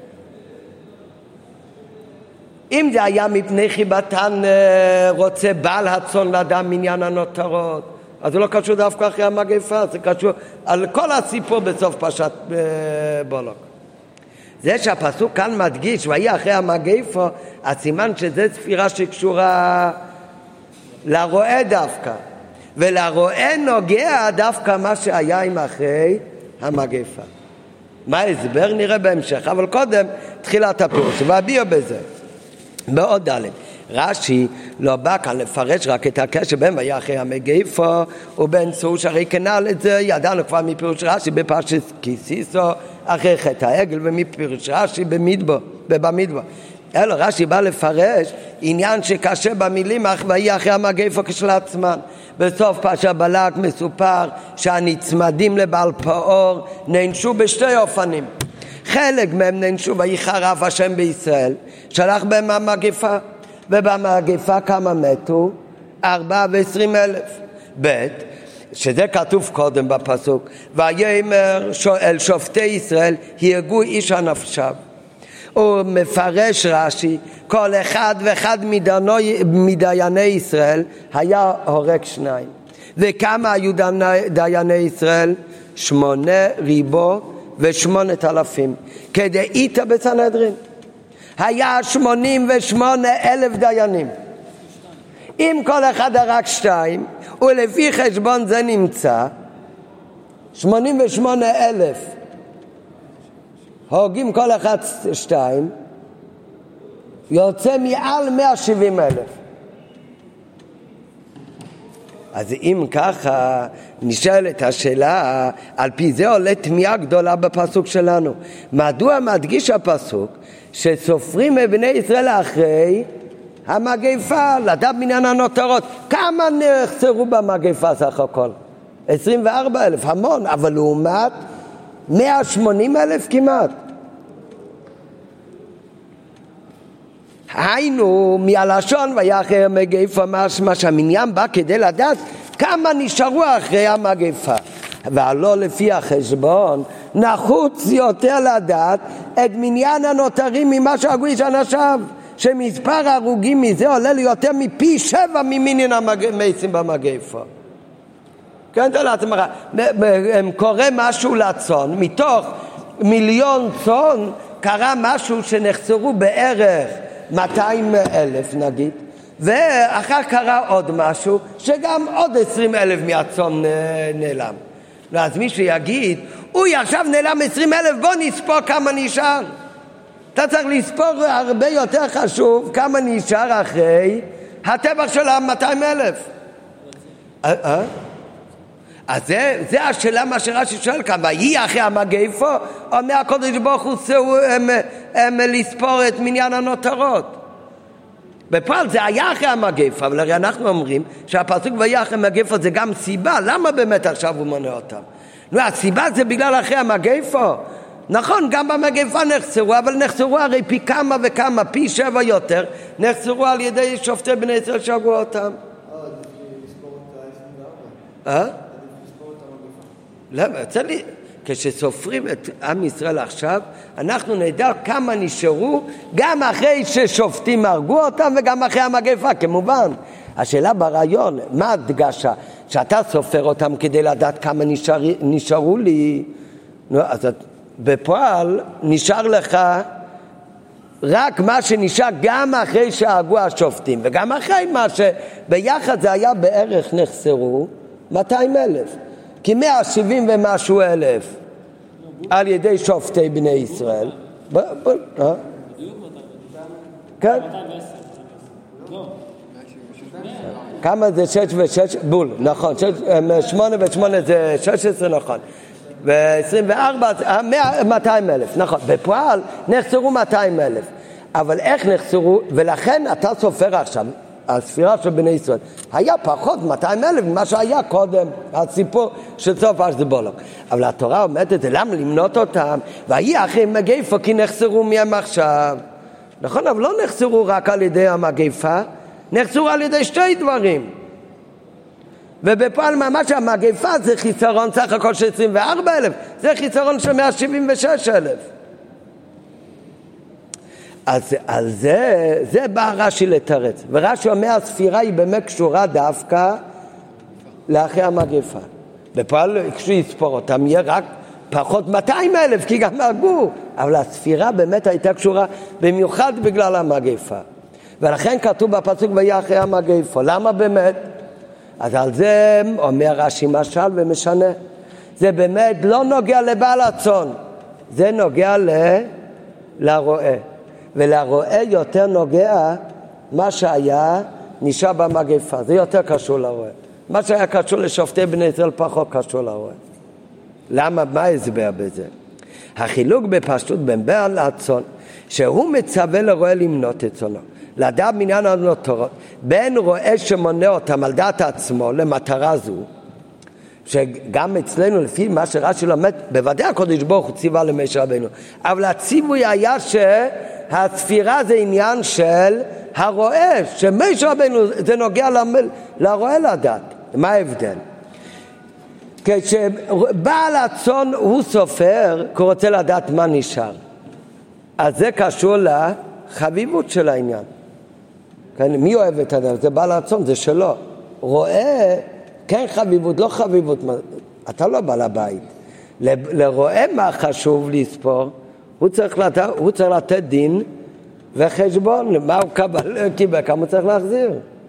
אם זה היה מפני חיבתן רוצה בעל הצאן לדעת מניין הנותרות, אז זה לא קשור דווקא אחרי המגפה, זה קשור על כל הסיפור בסוף פרשת בולוק. זה שהפסוק כאן מדגיש ויהי אחרי המגפה, הסימן שזה ספירה שקשורה לרועה דווקא, ולרועה נוגע דווקא מה שהיה עם אחרי המגפה. מה ההסבר נראה בהמשך, אבל קודם תחילת הפירוש והביאו בזה בעוד ד'. רש"י לא בא כאן לפרש רק את הקשר בין ויהי אחרי המגפה ובין צור, שהרי כנ"ל את זה ידענו כבר מפירוש רש"י בפרשת כי תישא אחרי חטא העגל, ומפירוש רש"י במדבר. אלא רש"י בא לפרש עניין שקשה במילים ויהי אחרי המגפה כשלעצמן. בסוף פרשת בלק מסופר שהנצמדים לבעל פאור נענשו בשתי אופנים. חלק מהם נענשו ויחרף השם בישראל, שלח בהם המגפה, ובמגפה כמה מתו? 24,000. ב' שזה כתוב קודם בפסוק, ויאמר אל שופטי ישראל הרגו איש הנפשיו. הוא מפרש רש"י, כל אחד ואחד מדייני ישראל היה הורג 2. וכמה היו דייני ישראל? 8,800,000 כדאיתא בסנהדרין. היה 88,000 דיינים. אם כל אחד הרג 2, ולפי חשבון זה נמצא 88,000 הורגים כל אחד 2, יוצא מעל 170,000. אז אם ככה נשאלת השאלה, על פי זה עולה תמיהה גדולה בפסוק שלנו. מדוע מדגיש הפסוק שסופרים מבני ישראל אחרי המגפה לדעת מניין הנותרות? כמה נחסרו במגפה סך הכל? 24,000, המון, אבל לעומת 180,000 כמעט. היינו מהלשון ויהי אחרי המגפה, משמע שהמניין בא כדי לדעת כמה נשארו אחרי המגפה. והלא לפי החשבון נחוץ יותר לדעת את מניין הנותרים ממה שהרגו איש אנשיו, שמספר הרוגים מזה עולה לי יותר מפי 7 ממניין המתים במגפה. כן, קורה משהו לצאן, מתוך 1,000,000 צאן קרה משהו שנחסרו בערך 200,000 נגיד, ואחר קרה עוד משהו שגם עוד 20,000 מהצאן נעלם. אז מישהו יגיד, אוי עכשיו נעלם 20,000, בוא נספור כמה נשאר. אתה צריך לספור הרבה יותר חשוב כמה נשאר אחרי הטבח של 200,000. אז זה השאלה מה שרש"י שואל כאן, ויהי אחרי המגפה, אומר הקדוש ברוך הוא הם לספור את מניין הנותרות. בפועל זה היה אחרי המגפה, אבל הרי אנחנו אומרים שהפסוק ויהי אחרי המגפה זה גם סיבה, למה באמת עכשיו הוא מונה אותם? הסיבה זה בגלל אחרי המגפה. נכון, גם במגפה נחסרו, אבל נחסרו הרי פי כמה וכמה, פי 7 יותר, נחסרו על ידי שופטי בני ישראל שהרגו אותם. למה? יוצא לי, כשסופרים את עם ישראל עכשיו, אנחנו נדע כמה נשארו, גם אחרי ששופטים הרגו אותם וגם אחרי המגפה, כמובן. השאלה ברעיון, מה הדגשה? שאתה סופר אותם כדי לדעת כמה נשארו לי, אז בפועל נשאר לך רק מה שנשאר גם אחרי שהגו השופטים, וגם אחרי מה שביחד זה היה בערך נחסרו 200,000, כי 170 ומשהו אלף על ידי שופטי בני ישראל. כן? כמה זה 6 ו-6? בול, נכון, 8 ו-8 זה 16, נכון. ו-24, 200,000, נכון. בפועל נחסרו 200,000. אבל איך נחסרו? ולכן אתה סופר עכשיו, הספירה של בני ישראל, היה פחות 200,000 ממה שהיה קודם, הסיפור של סוף אשדבולוק. אבל התורה אומרת את זה, למה למנות אותם? והיא אחרי מגפה, כי נחסרו מהם עכשיו. נכון, אבל לא נחסרו רק על ידי המגפה, נחסרו על ידי שתי דברים. ובפועל ממש המגפה זה חיסרון סך הכל של 24,000, זה חיסרון של 176,000. אז על זה בא רש"י לתרץ, ורש"י אומר הספירה היא באמת קשורה דווקא לאחרי המגפה. בפועל כשהוא יספור אותם יהיה רק פחות 200,000, כי גם נהגו, אבל הספירה באמת הייתה קשורה במיוחד בגלל המגפה. ולכן כתוב בפסוק ויהיה אחרי המגפה. למה באמת? אז על זה אומר רש"י משל ומשנה. זה באמת לא נוגע לבעל הצאן, זה נוגע לרועה. ולרועה יותר נוגע מה שהיה נשאר במגפה, זה יותר קשור לרועה. מה שהיה קשור לשופטי בני ישראל פחות קשור לרועה. למה? מה הסבר בזה? החילוק בפשטות בין בעל הצאן, שהוא מצווה לרועה למנות את צאנו, לדעת מניין הנותרות, בין רועה שמונה אותם על דעת עצמו למטרה זו, שגם אצלנו לפי מה שרש"י לומד, בוודאי הקדוש ברוך הוא ציווה למשה רבנו, אבל הציווי היה שהספירה זה עניין של הרועה, שמשה רבנו זה נוגע לרועה לדעת. מה ההבדל? כשבעל הצאן הוא סופר, כי הוא רוצה לדעת מה נשאר, אז זה קשור לחביבות של העניין. כן, מי אוהב את הדבר? זה בעל הצאן, זה שלו. רואה, כן חביבות, לא חביבות, אתה לא בעל הבית. לרואה מה חשוב לספור, הוא צריך לתת דין וחשבון, מה הוא קיבל, כמה הוא צריך להחזיר.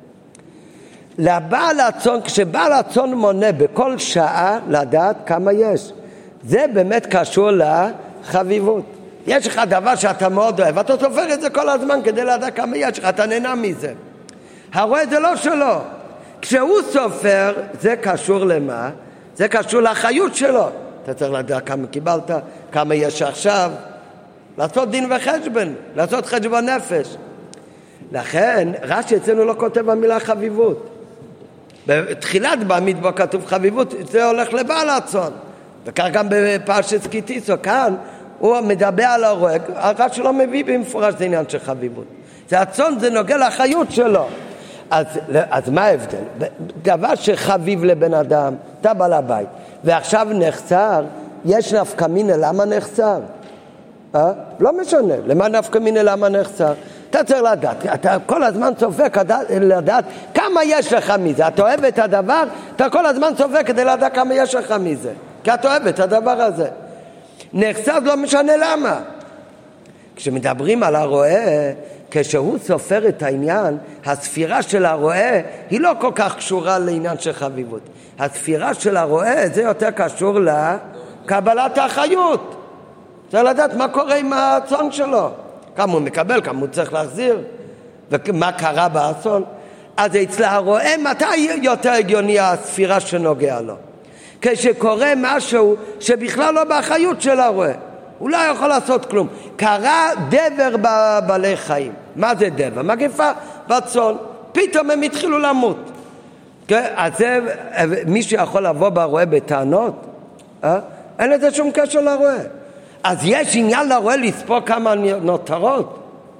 לבעל הצאן, כשבעל הצאן מונה בכל שעה לדעת כמה יש, זה באמת קשור לחביבות. יש לך דבר שאתה מאוד אוהב, אתה סופר את זה כל הזמן כדי לדעת כמה יש לך, אתה נהנה מזה. הרואה זה לא שלו. כשהוא סופר, זה קשור למה? זה קשור לאחריות שלו. אתה צריך לדעת כמה קיבלת, כמה יש עכשיו, לעשות דין וחשבון, לעשות חשבון נפש. לכן, רש"י אצלנו לא כותב במילה חביבות. בתחילת במדבר כתוב חביבות, זה הולך לבעל הצאן. וכך גם בפרשת כי תישא, כאן הוא מדבר על הרועה, רש"י לא מביא במפורש זה עניין של חביבות. זה הצאן, זה נוגע לאחריות שלו. אז מה ההבדל? דבר שחביב לבן אדם, אתה בעל הבית, ועכשיו נחסר, יש נפקא מינה למה נחסר? לא משנה, למה נפקא מינה למה נחסר? אתה צריך לדעת, אתה כל הזמן סופק לדעת כמה יש לך מזה. אתה אוהב את הדבר, אתה כל הזמן סופק כדי לדעת כמה יש לך מזה, כי אתה אוהב את הדבר הזה. נחסר לא משנה למה. כשמדברים על הרועה, כשהוא סופר את העניין, הספירה של הרועה היא לא כל כך קשורה לעניין של חביבות. הספירה של הרועה זה יותר קשור לקבלת האחריות. צריך לדעת מה קורה עם הצאן שלו, כמה הוא מקבל, כמה הוא צריך להחזיר, ומה קרה באסון. אז אצל הרועה מתי יותר הגיוני הספירה שנוגע לו? כשקורה משהו שבכלל לא באחריות של הרועה, הוא לא יכול לעשות כלום. קרה דבר בבעלי חיים. מה זה דבר? מגפה בצאן. פתאום הם התחילו למות. אז זה, מישהו יכול לבוא ברועה בטענות? אין לזה שום קשר לרועה. אז יש עניין לרועה לספור כמה נותרות?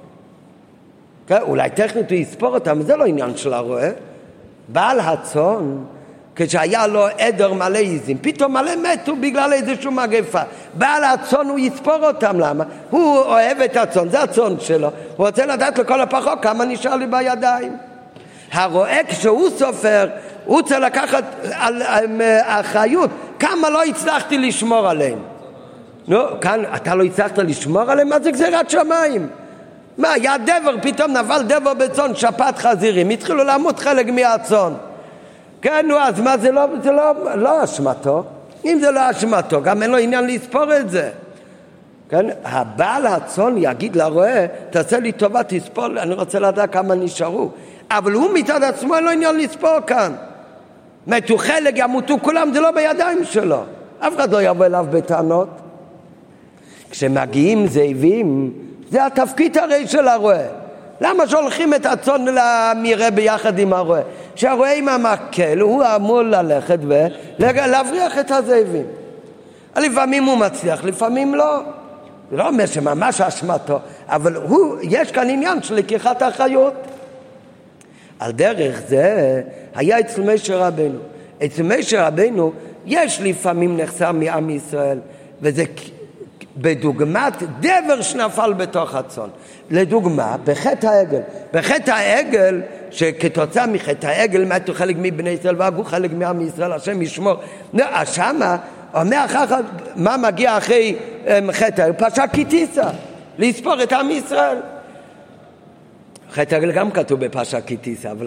אולי טכנית הוא יספור אותם, זה לא עניין של הרועה. בעל הצאן, כשהיה לו עדר מלא עיזים, פתאום מלא מתו בגלל איזשהו מגפה. בעל הצאן הוא יספור אותם, למה? הוא אוהב את הצאן, זה הצאן שלו. הוא רוצה לדעת לכל הפחות כמה נשאר לי בידיים. הרועה כשהוא סופר, הוא צריך לקחת על האחריות, כמה לא הצלחתי לשמור עליהם. כאן אתה לא הצלחת לשמור עליהם? מה זה גזירת שמיים? מה, היה דבר, פתאום נפל דבר בצון, שפעת חזירים, התחילו לעמוד חלק מהצון. כן, אז מה, זה לא אשמתו. אם זה לא אשמתו, גם אין לו עניין לספור את זה. כן, הבעל הצון יגיד לרועה, תעשה לי טובה, תספור, אני רוצה לדעת כמה נשארו. אבל הוא מצד עצמו אין לו עניין לספור כאן. מתו חלק, ימותו כולם, זה לא בידיים שלו. אף אחד לא יבוא אליו בטענות. כשמגיעים זאבים, זה התפקיד הרי של הרועה. למה שולחים את הצאן למרעה ביחד עם הרועה? שהרועה עם המקל, הוא אמור ללכת ולהבריח את הזאבים. לפעמים הוא מצליח, לפעמים לא. זה לא אומר שממש אשמתו, אבל יש כאן עניין של לקיחת האחריות. על דרך זה היה אצל משה רבנו. אצל משה רבנו יש לפעמים נחסר מעם ישראל, וזה בדוגמת דבר שנפל בתוך הצאן. לדוגמה, בחטא העגל. בחטא העגל, שכתוצאה מחטא העגל מתו חלק מבני ישראל והגו חלק מעם ישראל, השם ישמור. שמה, אומר אחר כך, מה מגיע אחרי חטא העגל? פרשת כי תישא, לספור את עם ישראל. חטא העגל גם כתוב בפרשת כי תישא, אבל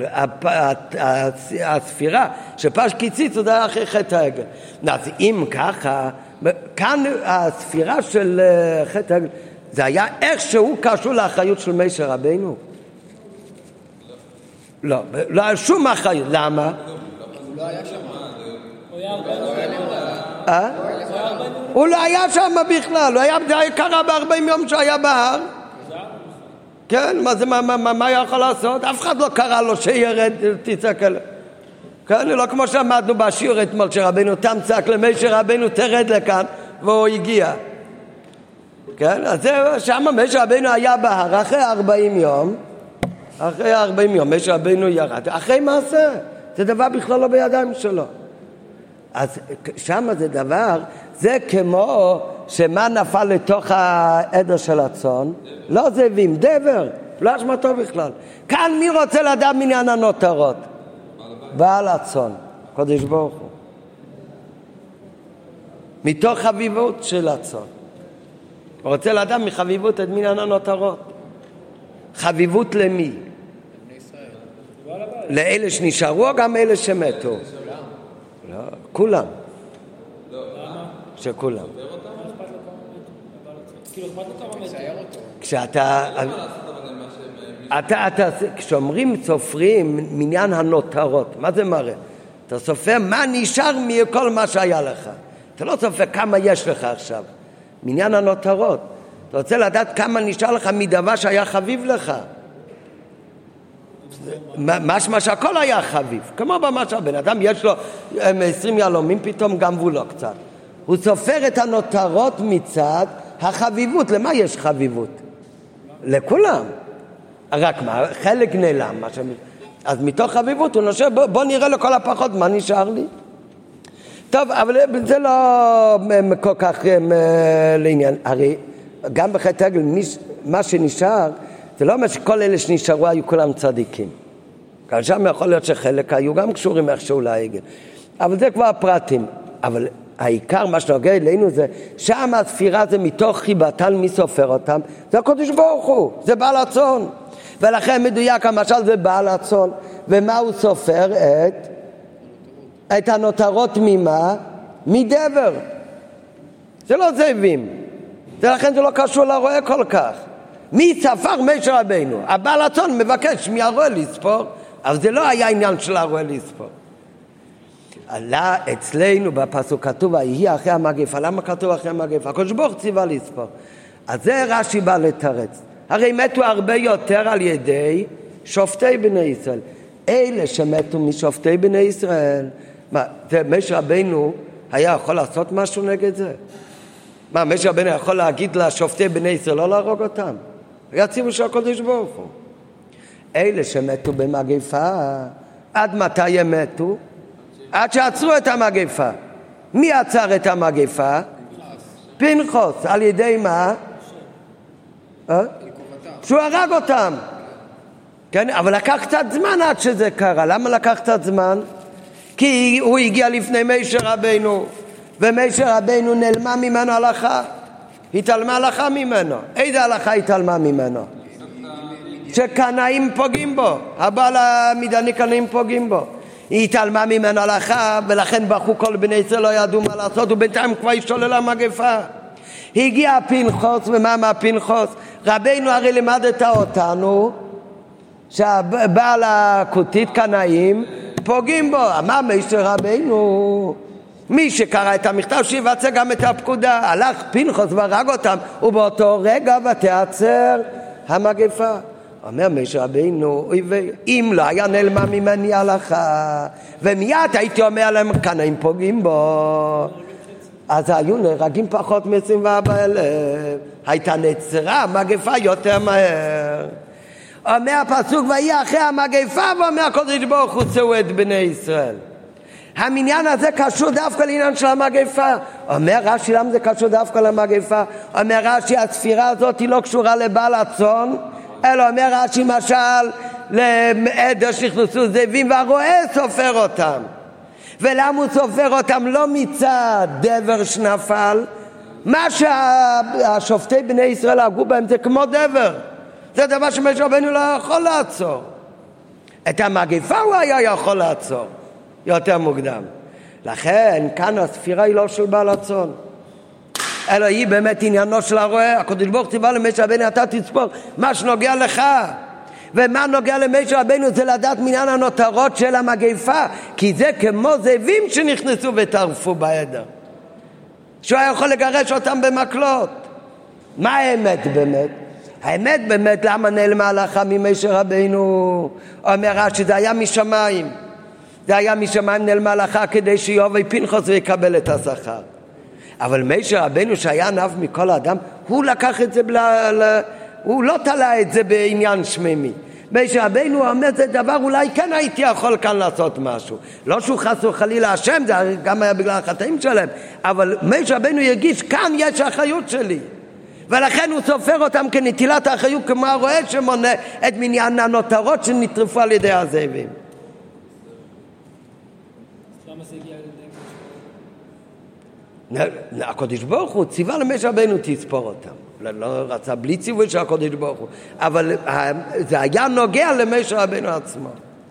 הספירה שפרשת כי תישא זה אחרי חטא העגל. אז אם ככה, כאן הספירה של חטא העגל, זה היה איכשהו קשור לאחריות של משה רבנו? לא, לא שום אחריות. למה? הוא לא היה שם. הוא לא היה שם בכלל, זה היה קרה ב-40 יום שהיה בהר. כן, מה יכול לעשות? אף אחד לא קרא לו שירד, תצעק אליו. כן, לא כמו שעמדנו בשיעור אתמול שרבנו תם צעק למשה רבנו תרד לכאן, והוא הגיע. כן, אז זה שם משה רבנו היה בהר אחרי 40 יום, אחרי 40 יום משה רבנו ירד, אחרי מעשה, זה דבר בכלל לא בידיים שלו. אז שם זה דבר, זה כמו שמה נפל לתוך העדר של הצאן, לא זאבים, דבר, לא אשמתו בכלל. כאן מי רוצה לדעת מניין הנותרות? בעל הצאן, קדוש ברוך הוא. מתוך חביבות של הצאן. הוא רוצה לדעת מחביבות את מניין הנותרות. חביבות למי? לאלה שנשארו או גם אלה שמתו? לא, כולם. שכולם. כשאומרים סופרים מניין הנותרות, מה זה מראה? אתה סופר מה נשאר מכל מה שהיה לך. אתה לא סופר כמה יש לך עכשיו. מניין הנותרות. אתה רוצה לדעת כמה נשאר לך מדבר שהיה חביב לך. משמע שהכל היה חביב. כמו במשל, בן אדם יש לו 20 יהלומים, פתאום גנבו לו קצת. הוא סופר את הנותרות מצד החביבות. למה יש חביבות? לכולם. רק מה? חלק נעלם. אז מתוך חביבות הוא נושב, בוא נראה לכל הפחות מה נשאר לי. טוב, אבל זה לא כל כך לעניין. הרי גם בחטא העגל, מה שנשאר, זה לא אומר שכל אלה שנשארו היו כולם צדיקים. כאן שם יכול להיות שחלק היו גם קשורים איכשהו לעגל. אבל זה כבר פרטים. אבל העיקר, מה שנוגע אלינו זה, שם הספירה זה מתוך חיבתן, מי סופר אותם? זה הקדוש ברוך הוא, זה בעל הצאן. ולכן מדויק המשל זה בעל הצאן. ומה הוא סופר? את הנותרות ממה? מדבר. זה לא זאבים. לכן זה לא קשור לרועה כל כך. מי ספר משה רבנו? הבעל הצאן מבקש מהרועה לספור, אבל זה לא היה עניין של הרועה לספור. עלה אצלנו בפסוק כתוב ויהי אחרי המגפה. למה כתוב אחרי המגפה? הקדוש ברוך הוא ציווה לספור. אז זה רש"י בא לתרץ. הרי מתו הרבה יותר על ידי שופטי בני ישראל. אלה שמתו משופטי בני ישראל, מה, זה משה רבנו היה יכול לעשות משהו נגד זה? מה, משה רבנו יכול להגיד לשופטי בני ישראל לא להרוג אותם? היה ציווי של הקדוש ברוך הוא. אלה שמתו במגפה, עד מתי הם מתו? עד שעצרו את המגפה. מי עצר את המגפה? פנחס. על ידי מה? שהוא הרג אותם. כן? אבל לקח קצת זמן עד שזה קרה. למה לקח קצת זמן? כי הוא הגיע לפני משה רבינו, ומשה רבינו נעלמה ממנו הלכה, התעלמה הלכה ממנו. איזה הלכה התעלמה ממנו? שקנאים פוגעים בו, הבעל המדיינים קנאים פוגעים בו. היא התעלמה ממנו הלכה, ולכן בכו כל בני ישראל, לא ידעו מה לעשות, ובינתיים כבר השתוללה מגפה. הגיע פנחס, ומה מהפנחס? רבינו הרי לימדת אותנו שהבעל הכותית קנאים פוגעים בו. אמר משה רבינו, מי שקרא את המכתב שיבצע גם את הפקודה. הלך פנחס והרג אותם, ובאותו רגע ותעצר המגפה. אומר משה רבינו, אם לא היה נעלמה ממני הלכה, ומיד הייתי אומר להם קנאים פוגעים בו, אז היו נהרגים פחות מ-24,000. הייתה נעצרה מגפה יותר מהר. אומר הפסוק, ויהי אחרי המגפה, ואומר הקדוש ברוך הוא צאו את בני ישראל. המניין הזה קשור דווקא לעניין של המגפה. אומר רש"י, למה זה קשור דווקא למגפה? אומר רש"י, הספירה הזאת היא לא קשורה לבעל הצאן, אלא אומר רש"י משל לעדר שנכנסו זאבים והרועה סופר אותם. ולמה הוא סופר אותם? לא מצד דבר שנפל, מה שהשופטי בני ישראל הגו בהם זה כמו דבר, זה דבר שמשה רבנו לא יכול לעצור. את המגפה הוא היה יכול לעצור יותר מוקדם. לכן כאן הספירה היא לא של בעל הצאן, אלא היא באמת עניינו של הרועה. הקדוש ברוך הוא ציווה למשה רבנו, אתה תספור מה שנוגע לך. ומה נוגע למשה רבנו זה לדעת מניין הנותרות של המגפה, כי זה כמו זאבים שנכנסו וטרפו בעדר, שהוא היה יכול לגרש אותם במקלות. מה האמת באמת? האמת באמת למה נעלמה ההלכה ממשה רבנו? אומר רש"י, זה היה משמיים, זה היה משמיים נעלמה ההלכה כדי שיבוא פנחס ויקבל את השכר. אבל משה רבנו שהיה ענב מכל האדם, הוא לקח את זה הוא לא תלה את זה בעניין שמימי. משה רבנו אומר, זה דבר אולי כן הייתי יכול כאן לעשות משהו. לא שהוא חס וחלילה השם, זה גם היה בגלל החטאים שלהם, אבל משה רבנו ירגיש, כאן יש אחריות שלי. ולכן הוא סופר אותם כנטילת האחריות, כמו הרועה שמונה את מניין הנותרות שנטרפו על ידי הזאבים. למה זה הגיע לידי? הקדוש ברוך הוא ציווה למשה רבנו תספור אותם. לא רצה בלי ציווי של הקדוש ברוך הוא, אבל זה היה נוגע למשה רבנו עצמו.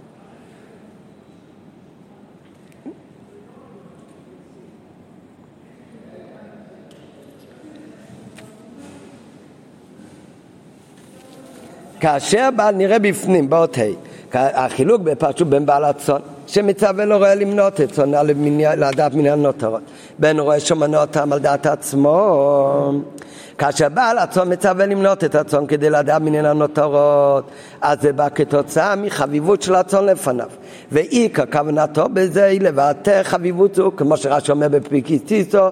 כאשר נראה בפנים באות החילוק בפרשות בין בעל הצאן שמצווה לו רואה למנות את צאן לדעת מניין נותרות, בין רואה שמונה אותם על דעת עצמו. כאשר בעל הצאן מצווה למנות את הצאן כדי לדעת מניין הנותרות, אז זה בא כתוצאה מחביבות של הצאן לפניו, ועיקר כוונתו בזה היא לבטא חביבות זו, כמו שרש"י אומר בפקיסטיסו,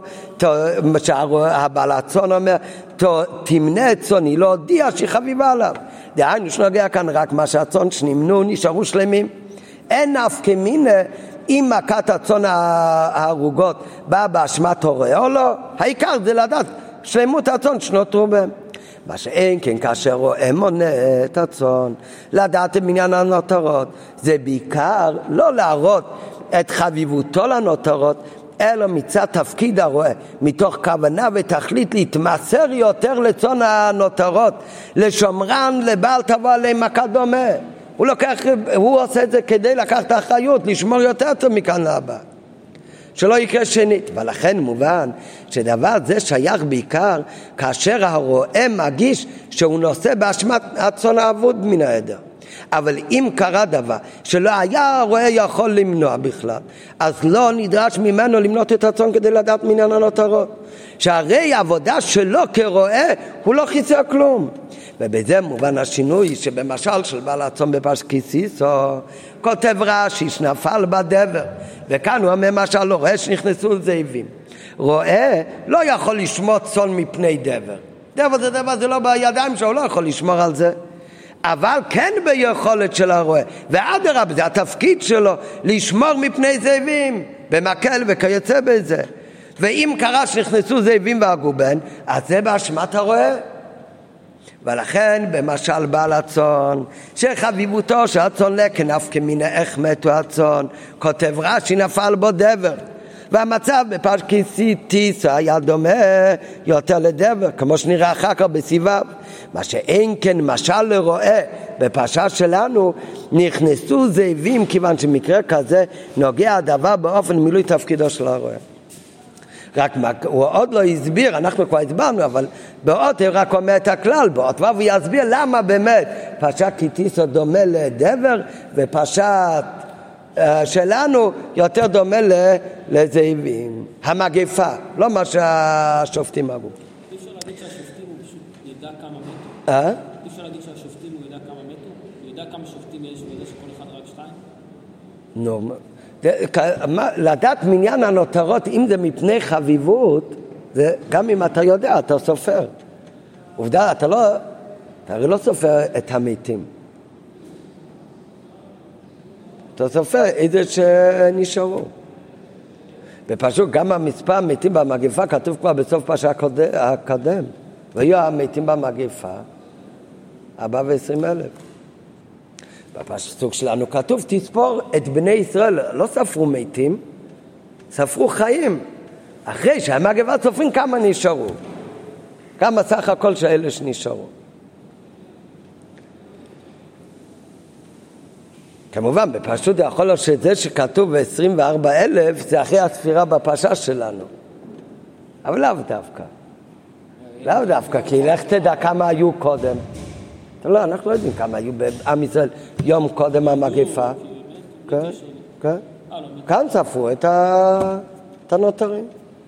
שהבעל הצאן אומר תמנה את צאני, לא הודיע שהיא חביבה עליו. דהיינו שנוגע כאן רק מה שהצאן שנמנו נשארו שלמים. אין אף כמינה אם מכת הצאן ההרוגות באה באשמת הורה או לא, העיקר זה לדעת שלמות הצאן שנותרו בהם. מה שאין כן כאשר רואה מונה את הצאן לדעת מניין הנותרות, זה בעיקר לא להראות את חביבותו לנותרות, אלא מצד תפקיד הרואה, מתוך כוונה ותכלית להתמסר יותר לצאן הנותרות, לשומרן, לבעל תבוא עליהם מכה דומה. הוא עושה את זה כדי לקחת האחריות, לשמור יותר טוב מכאן להבא, שלא יקרה שנית. ולכן מובן שדבר זה שייך בעיקר כאשר הרואה מגיש שהוא נושא באשמת הצאן האבוד מן העדר. אבל אם קרה דבר שלא היה הרואה יכול למנוע בכלל, אז לא נדרש ממנו למנות את הצאן כדי לדעת מניין הנותרות, שהרי העבודה שלו כרואה הוא לא חיסר כלום. ובזה מובן השינוי שבמשל של בעל הצאן בפרשת כותב רש"י שנפל בדבר, וכאן הוא אומר משל לא רואה שנכנסו זאבים. רואה לא יכול לשמור צאן מפני דבר, דבר זה דבר, זה לא בידיים שלו, הוא לא יכול לשמור על זה, אבל כן ביכולת של הרועה, ואדרבה זה התפקיד שלו לשמור מפני זאבים במקל וכיוצא בזה. ואם קרה שנכנסו זאבים והגו בהם, אז זה באשמת הרועה. ולכן במשל בעל הצאן שחביבותו של הצאן לקן אף כמינה איך מתו הצאן, כותב רש"י נפל בו דבר, והמצב בפרשת היה דומה יותר לדבר, כמו שנראה אחר כך בסיבב. מה שאין כן משל לרועה בפרשה שלנו, נכנסו זאבים, כיוון שמקרה כזה נוגע הדבר באופן מילוי תפקידו של הרועה. רק הוא עוד לא הסביר, אנחנו כבר הסברנו, אבל באות הוא רק אומר את הכלל, באות והוא יסביר למה באמת פרשת כי תישא דומה לדבר, ופרשת שלנו יותר דומה לזאבים. המגפה, לא מה שהשופטים אמרו. אי אפשר להגיד שהשופטים הוא פשוט ידע כמה מתו? אי אפשר להגיד שהשופטים הוא ידע כמה מתו? הוא ידע כמה שופטים יש וידע שכל אחד רק 2? לדעת מניין הנותרות, אם זה מפני חביבות, זה גם אם אתה יודע, אתה סופר. עובדה, אתה הרי לא סופר את המתים. אתה סופר איזה שנשארו. ופשוט גם המספר המתים במגפה כתוב כבר בסוף פרשה הקודם. והיו המתים במגפה 420,000. בפסוק שלנו כתוב תספור את בני ישראל, לא ספרו מתים, ספרו חיים. אחרי שהמגפה סופרים כמה נשארו. כמה סך הכל שאלה שנשארו. כמובן, בפשוט יכול להיות שזה שכתוב 24,000 זה אחרי הספירה בפרשה שלנו. אבל לאו דווקא, כי לך תדע כמה היו קודם. לא, אנחנו לא יודעים כמה היו בעם ישראל יום קודם המגפה. כן. כאן ספרו את הנותרים.